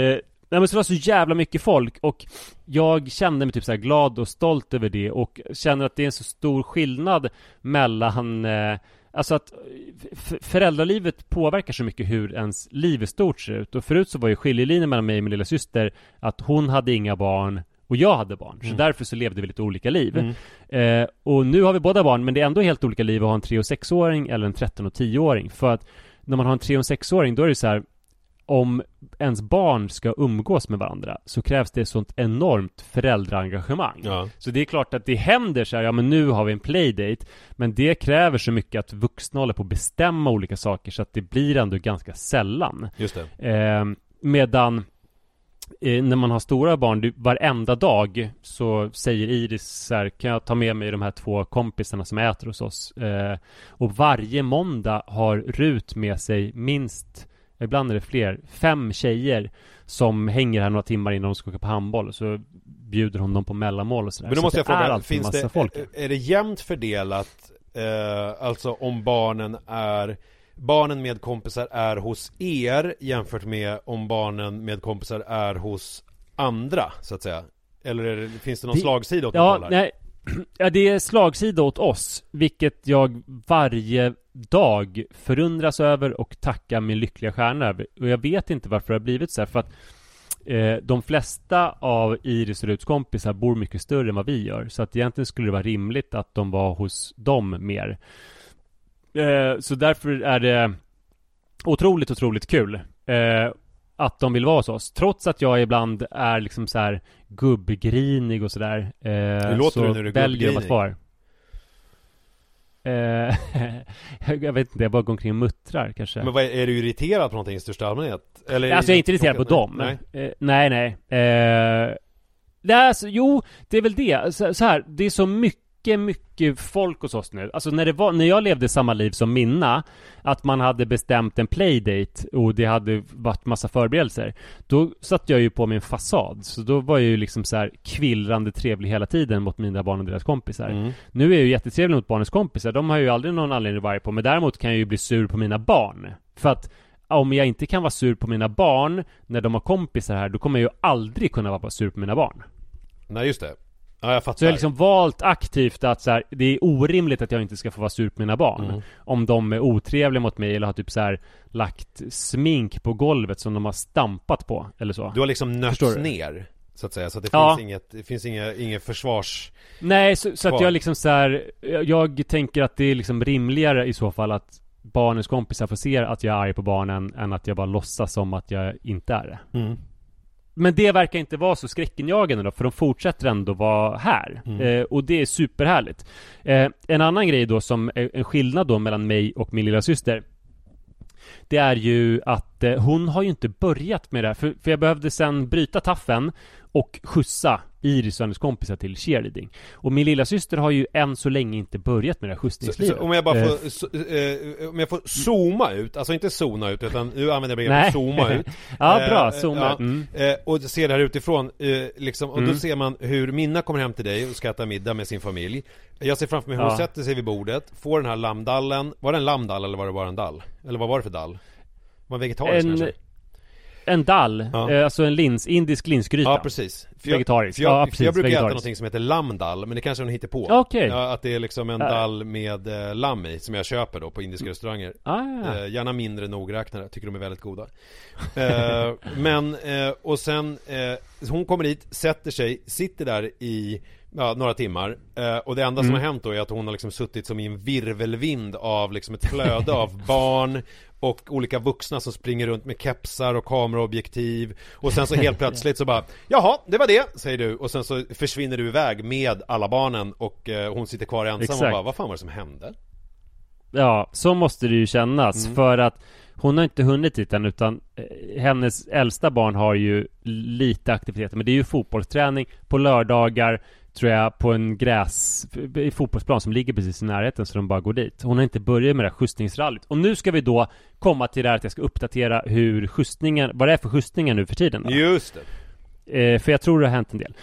Nej, men så var så jävla mycket folk, och jag kände mig typ så här glad och stolt över det, och känner att det är en så stor skillnad mellan alltså att föräldralivet påverkar så mycket hur ens liv i stort ser ut. Och förut så var ju skiljelinjen mellan mig och min lilla syster att hon hade inga barn och jag hade barn. Så därför så levde vi lite olika liv. Och nu har vi båda barn, men det är ändå helt olika liv att ha en 3- och 6-åring eller en 13- och 10-åring. För att när man har en 3- och 6-åring, då är det så här, om ens barn ska umgås med varandra så krävs det ett sånt enormt föräldraengagemang. Ja. Så det är klart att det händer så här, ja men nu har vi en playdate, men det kräver så mycket att vuxna håller på att bestämma olika saker, så att det blir ändå ganska sällan. Just det. Medan när man har stora barn, varenda dag så säger Iris så här, kan jag ta med mig de här 2 kompisarna som äter hos oss? Och varje måndag har Rut med sig minst, ibland är det fler, 5 tjejer som hänger här några timmar innan de ska åka på handboll, och så bjuder hon dem på mellanmål och sådär. Men då måste jag fråga, finns det folk? Är det jämnt fördelat, alltså om barnen med kompisar är hos er jämfört med om barnen med kompisar är hos andra, så att säga? Eller finns det någon slagsida åt något håll här? Nej. Ja, det är slagsida åt oss, vilket jag varje dag förundras över och tackar min lyckliga stjärna över. Och jag vet inte varför det har blivit så här, för att de flesta av Iris och Ruts kompisar bor mycket större än vad vi gör. Så att egentligen skulle det vara rimligt att de var hos dem mer. Så därför är det otroligt kul att de vill vara hos oss. Trots att jag ibland är liksom så här gubbgrinig och sådär. Så väljer jag att vara. Jag vet inte, jag bara går omkring och muttrar kanske. Men är du irriterad på någonting i största allmänhet? Eller alltså jag är inte irriterad på dem. Nej. Det är alltså, jo, det är väl det. Så här, det är så mycket folk hos oss nu. Alltså när jag levde samma liv som Minna, att man hade bestämt en playdate och det hade varit massa förberedelser, då satt jag ju på min fasad. Så då var jag ju liksom så här kvillrande trevlig hela tiden mot mina barn och deras kompisar. Nu är jag ju jättetrevlig mot barnens kompisar. De har ju aldrig någon anledning att vara på, men däremot kan jag ju bli sur på mina barn. För att om jag inte kan vara sur på mina barn när de har kompisar här, då kommer jag ju aldrig kunna vara sur på mina barn. Nej, just det. Ja, jag fattar. Så jag har liksom valt aktivt att så här, det är orimligt att jag inte ska få vara sur på mina barn. Om de är otrevliga mot mig eller har typ så här lagt smink på golvet som de har stampat på eller så. Du har liksom nötts ner, så att säga, så att det finns inget försvars. Nej, så att jag liksom så här, jag tänker att det är liksom rimligare i så fall att barnens kompisar får se att jag är arg på barnen än att jag bara låtsas som att jag inte är det. Men det verkar inte vara så skräckinjagande då, för de fortsätter ändå vara här. Och det är superhärligt. En annan grej då som är en skillnad då mellan mig och min lilla syster, det är ju att hon har ju inte börjat med det här. För jag behövde sen bryta taffen och skjutsa Iris och hennes kompisar till cheerleading. Och min lilla syster har ju än så länge inte börjat med det här skjutsningslivet. Så om jag bara får zooma ut, alltså inte zona ut, utan nu använder jag begreppet zooma ut. Ja, bra, zooma ut. Och se det här utifrån liksom, och då ser man hur Minna kommer hem till dig och ska äta middag med sin familj. Jag ser framför mig hur hon sätter sig vid bordet, får den här lammdallen. Var det en lammdall eller var det bara en dall? Eller vad var det för dall? Var det vegetarisk kanske? En dall, alltså en indisk linsgryta. Ja, precis. Vegetarisk. Jag brukar äta någonting som heter lammdall, men det kanske hon hittar på. Okay. Att det är liksom en dall med lamm i, som jag köper då på indiska restauranger. Gärna mindre nogräknade, tycker de är väldigt goda. Och sen hon kommer dit, sätter sig, sitter där i några timmar, och det enda som har hänt då är att hon har liksom suttit som i en virvelvind av liksom ett flöde av barn och olika vuxna som springer runt med kepsar och kameraobjektiv, och sen så helt plötsligt så bara, jaha, det var det, säger du, och sen så försvinner du iväg med alla barnen, och hon sitter kvar ensam och bara, vad fan var det som hände? Ja, så måste det ju kännas, för att hon har inte hunnit dit än, utan hennes äldsta barn har ju lite aktiviteter, men det är ju fotbollsträning på lördagar, tror jag, på en fotbollsplan som ligger precis i närheten, så de bara går dit. Hon har inte börjat med det här skjutsningsrallyt. Och nu ska vi då komma till det här att jag ska uppdatera vad det är för skjutsningar nu för tiden då. Just det. För jag tror det har hänt en del.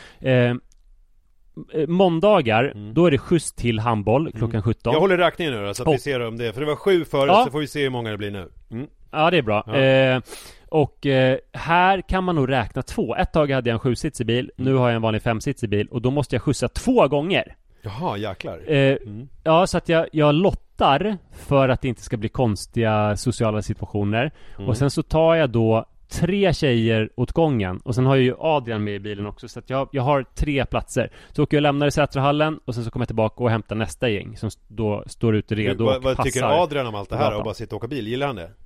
Måndagar, då är det skjuts till handboll klockan 17. Jag håller räkningen nu då, så att vi ser om det, för det var 7 förut, så får vi se hur många det blir nu. Ja, det är bra. Och här kan man nog räkna 2. Ett tag hade jag en 7-sitsig bil, nu har jag en vanlig 5-sitsig bil, och då måste jag skjutsa 2 gånger. Jaha, jäklar. Ja, så att jag lottar för att det inte ska bli konstiga sociala situationer. Och sen så tar jag då 3 tjejer åt gången. Och sen har jag ju Adrian med i bilen också. Så att jag har 3 platser. Så åker jag och lämnar i Sätrahallen, och sen så kommer jag tillbaka och hämtar nästa gäng som då står ute redo och Vad passar. tycker Adrian om allt det här och bara sitta och åka bil? Gillar han det?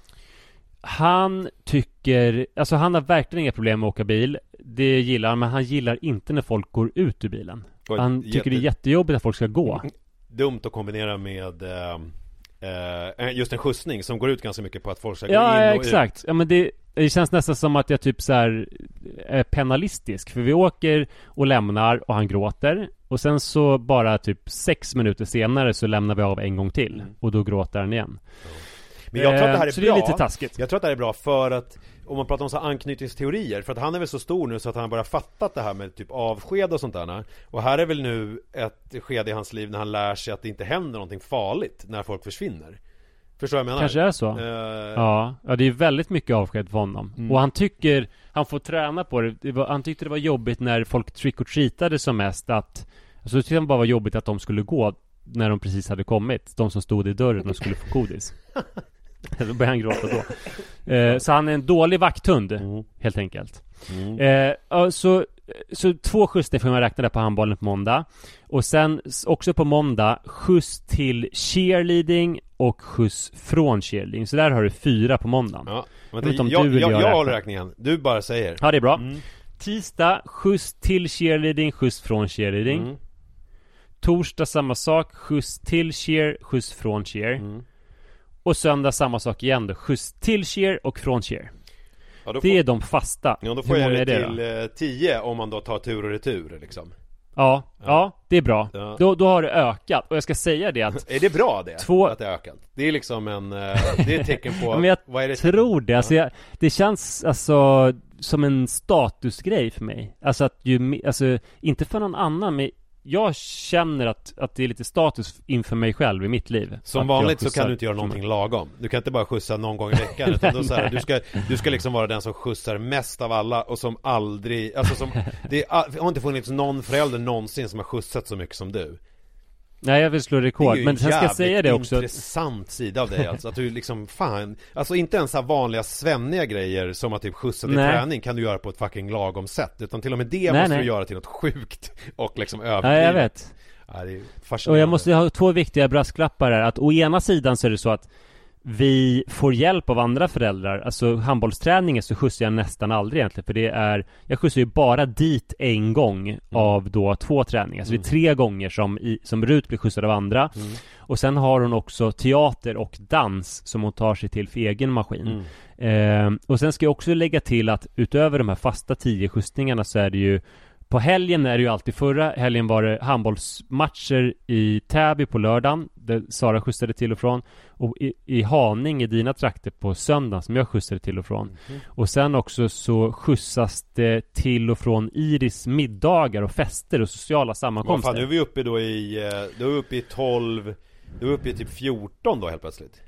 Han tycker, alltså han har verkligen inga problem med att åka bil. Det gillar han, men han gillar inte när folk går ut ur bilen. Han tycker det är jättejobbigt att folk ska gå. Dumt att kombinera med just en skjutsning som går ut ganska mycket på att folk ska gå in Ja, och exakt. Ja, men det känns nästan som att jag typ så här är penalistisk. För vi åker och lämnar och han gråter. Och sen så bara typ 6 minuter senare så lämnar vi av en gång till. Och då gråter han igen. Men jag tror att det här är så bra. Det är lite taskigt. Jag tror att det här är bra för att om man pratar om så anknytningsteorier, för att han är väl så stor nu så att han har bara fattat det här med typ avsked och sånt där. Och här är väl nu ett skede i hans liv när han lär sig att det inte händer någonting farligt när folk försvinner. Förstår jag menar? Kanske är så. Ja, det är väldigt mycket avsked för honom. Och han tycker han får träna på det. Han tyckte det var jobbigt när folk trick-or-treatade som mest, att alltså det tyckte han bara var jobbigt att de skulle gå när de precis hade kommit. De som stod i dörren och skulle få godis. Då började han gråta då. Så han är en dålig vakthund, helt enkelt. Så 2 skjutsar får man räkna där på handbollen på måndag. Och sen också på måndag skjuts till cheerleading och skjuts från cheerleading. Så där har du 4 på måndagen. Ja, jag håller räkningen. Du bara säger. Ja, det är bra. Tisdag skjuts till cheerleading, skjuts från cheerleading. Torsdag samma sak, skjuts till cheer, skjuts från cheer. Och söndag samma sak igen då, skjuts till cheer och från cheer. Ja, det är de fasta. Ja, då får jag det till 10 om man då tar tur och retur liksom. Ja, det är bra. Ja. Då har det ökat. Och jag ska säga det att är det bra det? Att det har ökat? Det är liksom det är ett tecken på men jag vad är det tror det. Alltså det känns alltså som en statusgrej för mig. Alltså att inte för någon annan, men jag känner att det är lite status inför mig själv i mitt liv. Som vanligt så kan du inte göra någonting lagom. Du kan inte bara skjutsa någon gång i veckan utan då så här, du ska liksom vara den som skjutsar mest av alla och som aldrig, alltså som det har inte funnits någon förälder någonsin som har skjutsat så mycket som du. Nej, jag vill slå rekord. Men sen ska jag säga det också. Det är en intressant sida av dig alltså. Att du liksom, fan. Alltså inte ens så vanliga svenniga grejer som att typ skjutsa till träning kan du göra på ett fucking lagom sätt. Utan till och med det måste du göra till något sjukt och liksom överdrivet. Ja, jag vet. Ja, det är fascinerande. Och jag måste ha 2 viktiga brasklappar här. Att å ena sidan så är det så att vi får hjälp av andra föräldrar. Alltså handbollsträningen så skjutsar jag nästan aldrig egentligen. För jag skjutsar ju bara dit en gång av då 2 träningar. Så det är 3 gånger som Rut blir skjutsad av andra. Och sen har hon också teater och dans som hon tar sig till för egen maskin. Och sen ska jag också lägga till att utöver de här fasta 10 skjutsningarna så är det ju på helgen är det ju alltid, förra helgen var det handbollsmatcher i Täby på lördagen där Sara skjutsade till och från, och i Haninge i dina trakter på söndagen som jag skjutsade till och från. Och sen också så skjutsas det till och från Iris middagar och fester och sociala sammankomster. Nu är vi uppe då i 12, du är uppe i typ 14 då helt plötsligt.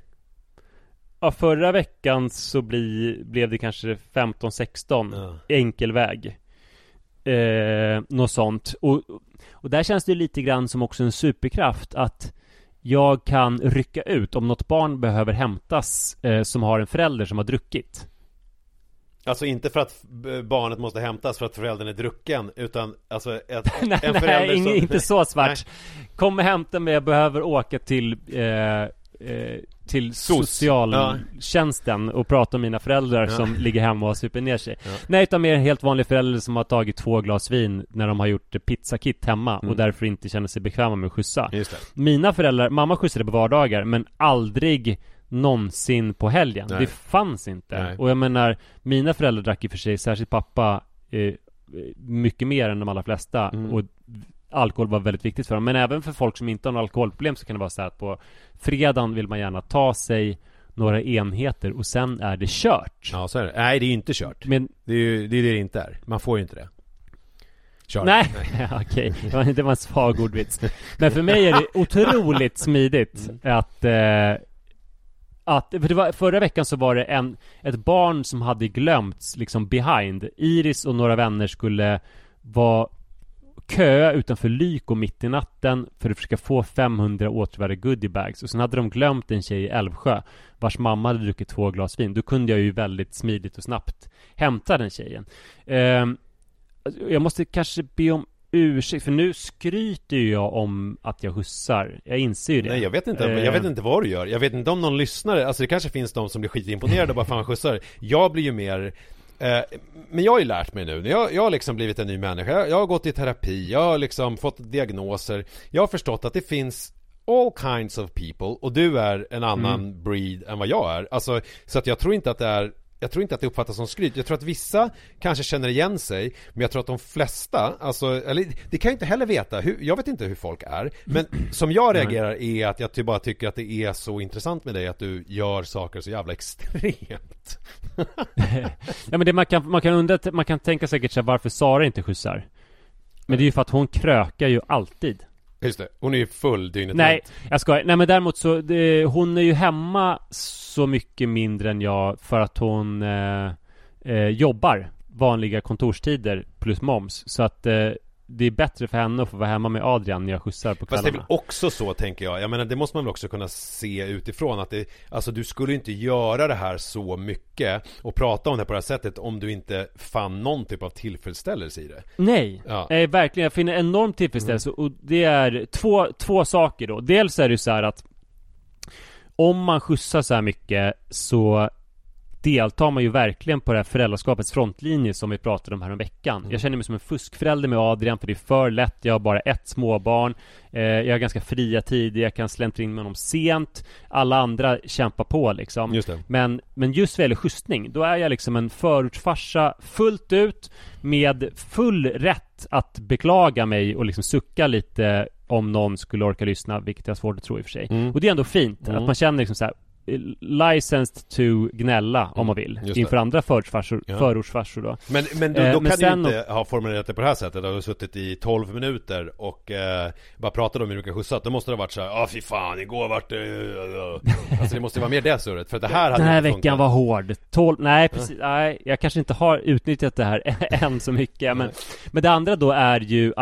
Ja, förra veckan så blev det kanske 15-16 enkel väg. Något sånt. Och där känns det lite grann som också en superkraft att jag kan rycka ut om något barn behöver hämtas som har en förälder som har druckit. Alltså inte för att barnet måste hämtas för att föräldern är drucken, utan alltså en förälder nej, som... inte så svart. Kom och hämta mig, jag behöver åka till socialtjänsten och prata om mina föräldrar som ligger hemma och super ner sig. Nej, utan mer en helt vanlig förälder som har tagit 2 glas vin när de har gjort pizzakit hemma och därför inte känner sig bekväma med att skjutsa. Mina föräldrar, mamma skjutsade på vardagar men aldrig någonsin på helgen. Det fanns inte. Och jag menar, mina föräldrar drack i för sig, särskilt pappa, mycket mer än de allra flesta. Och alkohol var väldigt viktigt för dem. Men även för folk som inte har några alkoholproblem så kan det vara så här att på fredagen vill man gärna ta sig några enheter och sen är det kört. Ja, så är det. Nej, det är ju inte kört. Men det är det inte är. Man får ju inte det. Kört. Nej. Okej. Det var en svag ordvits. Men för mig är det otroligt smidigt att, för det var, förra veckan så var det ett barn som hade glömts liksom behind. Iris och några vänner skulle vara köa utanför Lyko mitt i natten för att försöka få 500 återvärda goodiebags. Och sen hade de glömt en tjej i Älvsjö vars mamma hade druckit 2 glas vin. Då kunde jag ju väldigt smidigt och snabbt hämta den tjejen. Jag måste kanske be om ursäkt, för nu skryter ju jag om att jag skjutsar. Jag inser ju det. Nej, jag vet inte vad du gör. Jag vet inte om någon lyssnare, alltså det kanske finns de som blir skitimponerade och bara fan skjutsar. Jag blir ju mer men jag har ju lärt mig nu. Jag har liksom blivit en ny människa. Jag har gått i terapi. Jag har liksom fått diagnoser. Jag har förstått att det finns all kinds of people, och du är en annan breed än vad jag är. Alltså, så att jag tror inte att det uppfattas som skryt. Jag tror att vissa kanske känner igen sig, men jag tror att de flesta, alltså, eller det kan jag inte heller veta. Jag vet inte hur folk är, men som jag reagerar är att jag bara tycker att det är så intressant med dig att du gör saker så jävla extremt. Ja, men det man kan tänka säkert sig varför Sara inte skjutsar. Men det är ju för att hon krökar ju alltid. Just det, hon är ju full dygnet. Nej, jag skojar. Nej, men däremot så hon är ju hemma så mycket mindre än jag för att hon jobbar vanliga kontorstider plus moms. Så att det är bättre för henne att få vara hemma med Adrian när jag skjutsar på kvällarna. Fast det är väl också så, tänker jag. Jag menar, det måste man väl också kunna se utifrån att alltså du skulle inte göra det här så mycket och prata om det på det här sättet om du inte fann någon typ av tillfredsställelse i det. Nej, verkligen. Jag finner enorm tillfredsställelse och det är två saker då. Dels är det ju så här att om man skjutsar så här mycket så deltar man ju verkligen på det här föräldraskapets frontlinje som vi pratade om här om veckan. Jag känner mig som en fuskförälder med Adrian, för det är för lätt. Jag har bara ett småbarn. Jag har ganska fria tider. Jag kan släntra in med honom sent. Alla andra kämpar på liksom. Just det. Men just vad gäller skjutsning, då är jag liksom en förortsfarsa fullt ut med full rätt att beklaga mig och liksom sucka lite om någon skulle orka lyssna, vilket jag har svårt att tro i och för sig. Och det är ändå fint att man känner liksom så här licensed to gnälla om man vill inför andra förortsfarsor då. Men då kan du inte ha formulerat det på det här sättet. Du har suttit i 12 minuter och bara pratat om hur du kan skjutsa. Då måste det ha varit så här, fy fan, igår vart det alltså det måste vara mer det surret, för att det här hade den här inte veckan var hård. Nej, precis. Nej, jag kanske inte har utnyttjat det här än så mycket, men det andra då är ju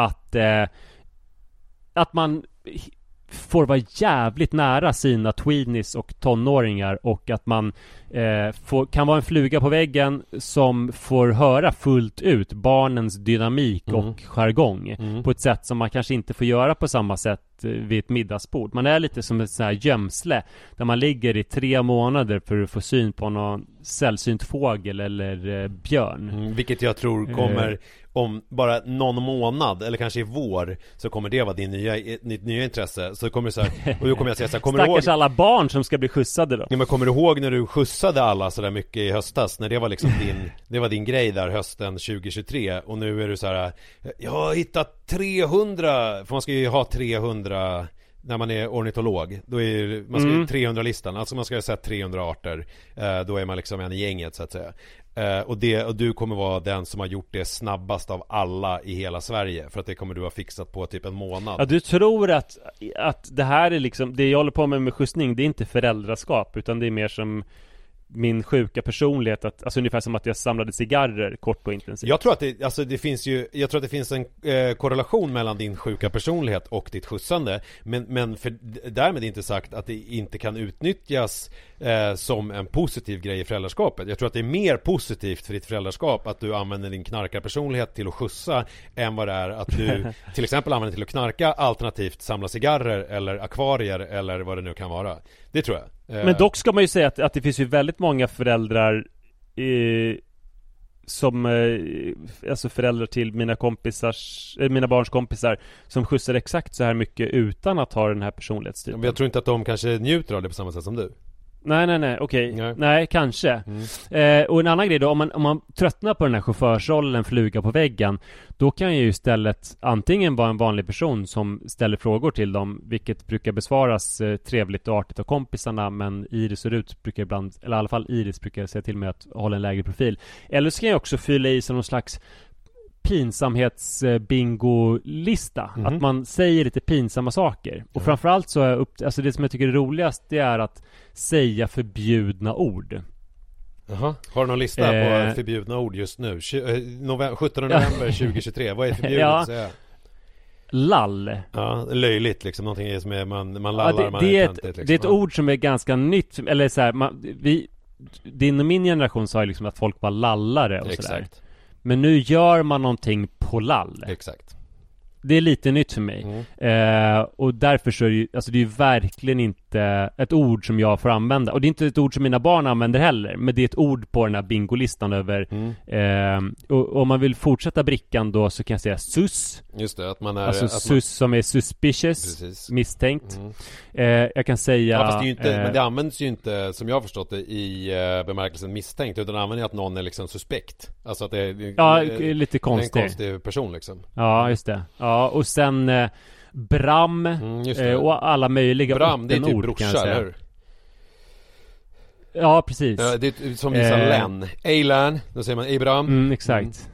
att man får vara jävligt nära sina tweenies och tonåringar, och att man kan vara en fluga på väggen som får höra fullt ut barnens dynamik och jargong på ett sätt som man kanske inte får göra på samma sätt vid ett middagsbord. Man är lite som ett sån här gömsle där man ligger i 3 månader för att få syn på någon sällsynt fågel eller björn. Vilket jag tror kommer om bara någon månad, eller kanske i vår, så kommer det vara ditt nya intresse. Så kommer det så här, och då kommer jag säga så här, kommer du ihåg alla barn som ska bli skjutsade då? Ja, men kommer du ihåg när du skjutsade alla så där mycket i höstas, när det var liksom din grej där hösten 2023, och nu är du så här, jag har hittat 300, för man ska ju ha 300 när man är ornitolog. Då är man ska ju 300-listan, alltså man ska ha sett 300 arter. Då är man liksom en i gänget så att säga. Och du kommer vara den som har gjort det snabbast av alla i hela Sverige, för att det kommer du ha fixat på typ en månad. Ja, du tror att det här är liksom, det jag håller på med skjutsning, det är inte föräldraskap, utan det är mer som min sjuka personlighet, alltså ungefär som att jag samlade cigarrer kort och intensivt. Jag tror att jag tror att det finns en korrelation mellan din sjuka personlighet och ditt skjutsande, men för därmed inte sagt att det inte kan utnyttjas som en positiv grej i föräldraskapet. Jag tror att det är mer positivt för ditt föräldraskap att du använder din knarkarpersonlighet till att skjutsa än vad det är att du till exempel använder till att knarka, alternativt samla cigarrer eller akvarier eller vad det nu kan vara. Det tror jag. Men dock ska man ju säga att det finns ju väldigt många föräldrar som alltså föräldrar till mina barns kompisar som skjutsar exakt så här mycket utan att ha den här personlighetstypen. Men jag tror inte att de kanske njuter av det på samma sätt som du. Nej, okej. Nej, kanske. Och en annan grej då, om man tröttnar på den här chaufförsrollen, fluga på väggen, då kan jag ju istället antingen vara en vanlig person som ställer frågor till dem, vilket brukar besvaras trevligt och artigt av kompisarna, men Iris och Rut brukar ibland, eller i alla fall Iris brukar säga till mig att hålla en lägre profil. Eller så kan jag också fylla i som någon slags pinsamhetsbingolista. Att man säger lite pinsamma saker. Och framförallt så är alltså det som jag tycker är roligast, det är att säga förbjudna ord. Jaha. Har du någon lista på förbjudna ord just nu? 17 november 2023. Vad är förbjudet att säga? Lall. Ja, löjligt liksom. Någonting som är man lallar, det är ett ord som är ganska nytt. Eller så här, din och min generation sa ju liksom att folk var lallare och sådär. Men nu gör man någonting på lall. Exakt. Det är lite nytt för mig. Och därför så är det ju, alltså det är ju verkligen inte ett ord som jag får använda. Och det är inte ett ord som mina barn använder heller. Men det är ett ord på den här bingolistan över och om man vill fortsätta brickan då, så kan jag säga sus. Just det, att man är alltså sus som är suspicious. Precis. Misstänkt. Jag kan säga fast det är ju inte, men det används ju inte, som jag har förstått det, i bemärkelsen misstänkt, utan det använder att någon är liksom suspekt. Alltså att det är lite konstigt. En konstig person liksom. Ja, just det. Ja, och sen Bram och alla möjliga Bram, det är typ brorsa, eller hur? Ja, precis. Det är som visar Len. Eilan, då säger man Abraham. Exakt.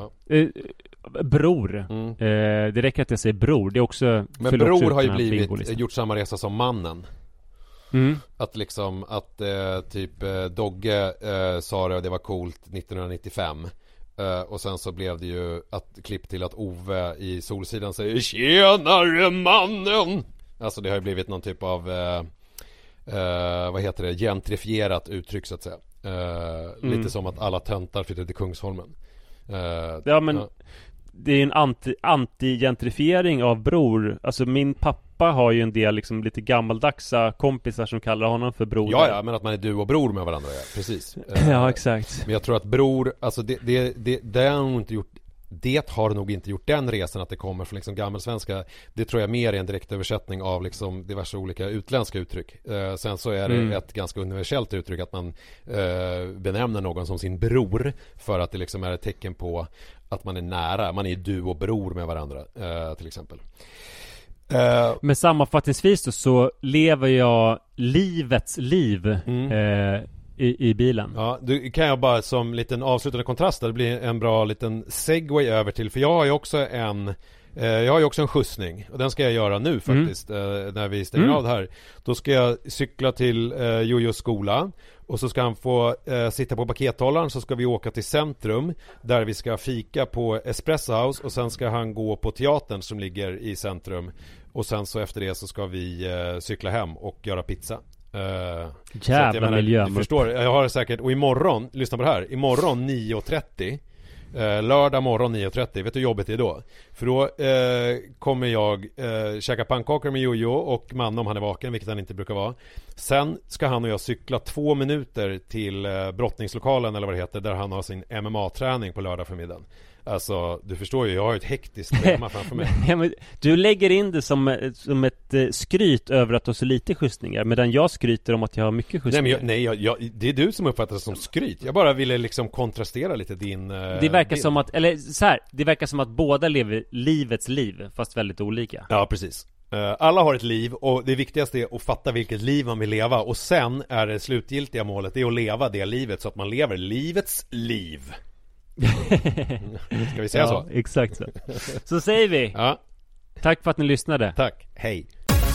Bror. Det räcker att jag säger bror. Det är också. Men bror har ju gjort samma resa som mannen. Att liksom att typ Dogge sa det, och det var coolt 1995. Och sen så blev det ju klipp till att Ove i Solsidan säger tjenare mannen. Alltså det har ju blivit någon typ av vad heter det, gentrifierat uttryck så att säga. Lite som att alla töntar flyttar till Kungsholmen. Det är en anti-gentrifiering av bror. Alltså min pappa har ju en del liksom lite gammaldagsa kompisar som kallar honom för bror. Ja, men att man är du och bror med varandra, precis. Ja, exakt. Men jag tror att bror, alltså det har nog inte gjort. Det har nog inte gjort den resan att det kommer från liksom gammelsvenska. Det tror jag mer är en direktöversättning av liksom diverse olika utländska uttryck. Sen så är det ett ganska universellt uttryck att man benämner någon som sin bror, för att det liksom är ett tecken på att man är nära. Man är du och bror med varandra till exempel. Men sammanfattningsvis så lever jag livets liv i bilen. Ja, du kan jag bara som liten avslutande kontrast, det blir en bra liten segway över till, för jag har ju också en skjutsning, och den ska jag göra nu faktiskt när vi stänger av det här. Då ska jag cykla till Jojos skola, och så ska han få sitta på pakethållaren, så ska vi åka till centrum där vi ska fika på Espresso House, och sen ska han gå på teatern som ligger i centrum, och sen så efter det så ska vi cykla hem och göra pizza. Jävla miljö. Du förstår, jag har säkert, och imorgon, lyssna på det här, imorgon 9:30, lördag morgon 9:30, vet du hur jobbet är då? För då kommer jag käka pannkakor med Jojo och Manne om han är vaken, vilket han inte brukar vara. Sen ska han och jag cykla 2 minuter till brottningslokalen eller vad det heter, där han har sin MMA-träning på lördag förmiddagen. Alltså, du förstår ju, jag har ju ett hektiskt schema framför mig. Du lägger in det som ett skryt över att du har så lite skjutsningar, medan jag skryter om att jag har mycket skjutsningar. Det är du som uppfattar det som skryt. Jag bara ville liksom kontrastera lite din det verkar som att, eller så här, det verkar som att båda lever livets liv, fast väldigt olika. Ja, precis. Alla har ett liv, och det viktigaste är att fatta vilket liv man vill leva, och sen är det slutgiltiga målet, det är att leva det livet så att man lever livets liv. Ska vi säga så? Exakt så. Så säger vi. Ja. Tack för att ni lyssnade. Tack, hej.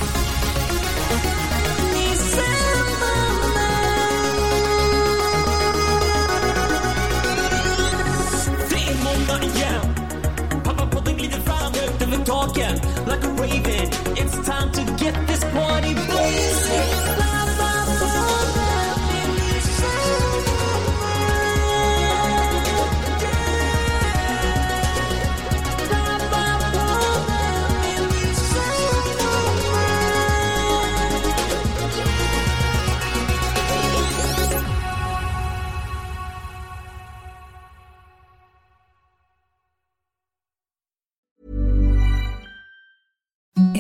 Det är måndag igen. Pappa podden glider fram högt över taken like a raven. It's time to get this party blazing.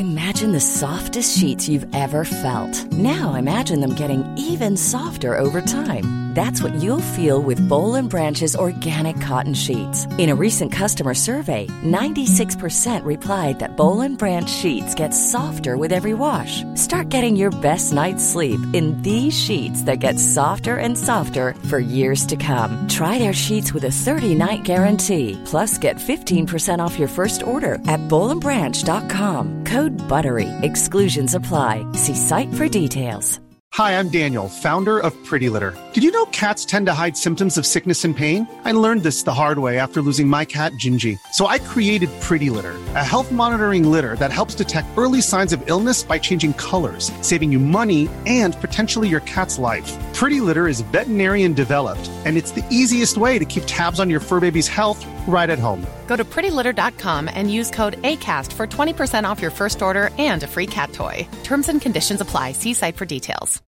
Imagine the softest sheets you've ever felt. Now imagine them getting even softer over time. That's what you'll feel with Boll & Branch's organic cotton sheets. In a recent customer survey, 96% replied that Boll & Branch sheets get softer with every wash. Start getting your best night's sleep in these sheets that get softer and softer for years to come. Try their sheets with a 30-night guarantee. Plus, get 15% off your first order at bollandbranch.com. Code BUTTERY. Exclusions apply. See site for details. Hi, I'm Daniel, founder of Pretty Litter. Did you know cats tend to hide symptoms of sickness and pain? I learned this the hard way after losing my cat, Gingy. So I created Pretty Litter, a health monitoring litter that helps detect early signs of illness by changing colors, saving you money and potentially your cat's life. Pretty Litter is veterinarian developed, and it's the easiest way to keep tabs on your fur baby's health right at home. Go to prettylitter.com and use code ACAST for 20% off your first order and a free cat toy. Terms and conditions apply. See site for details.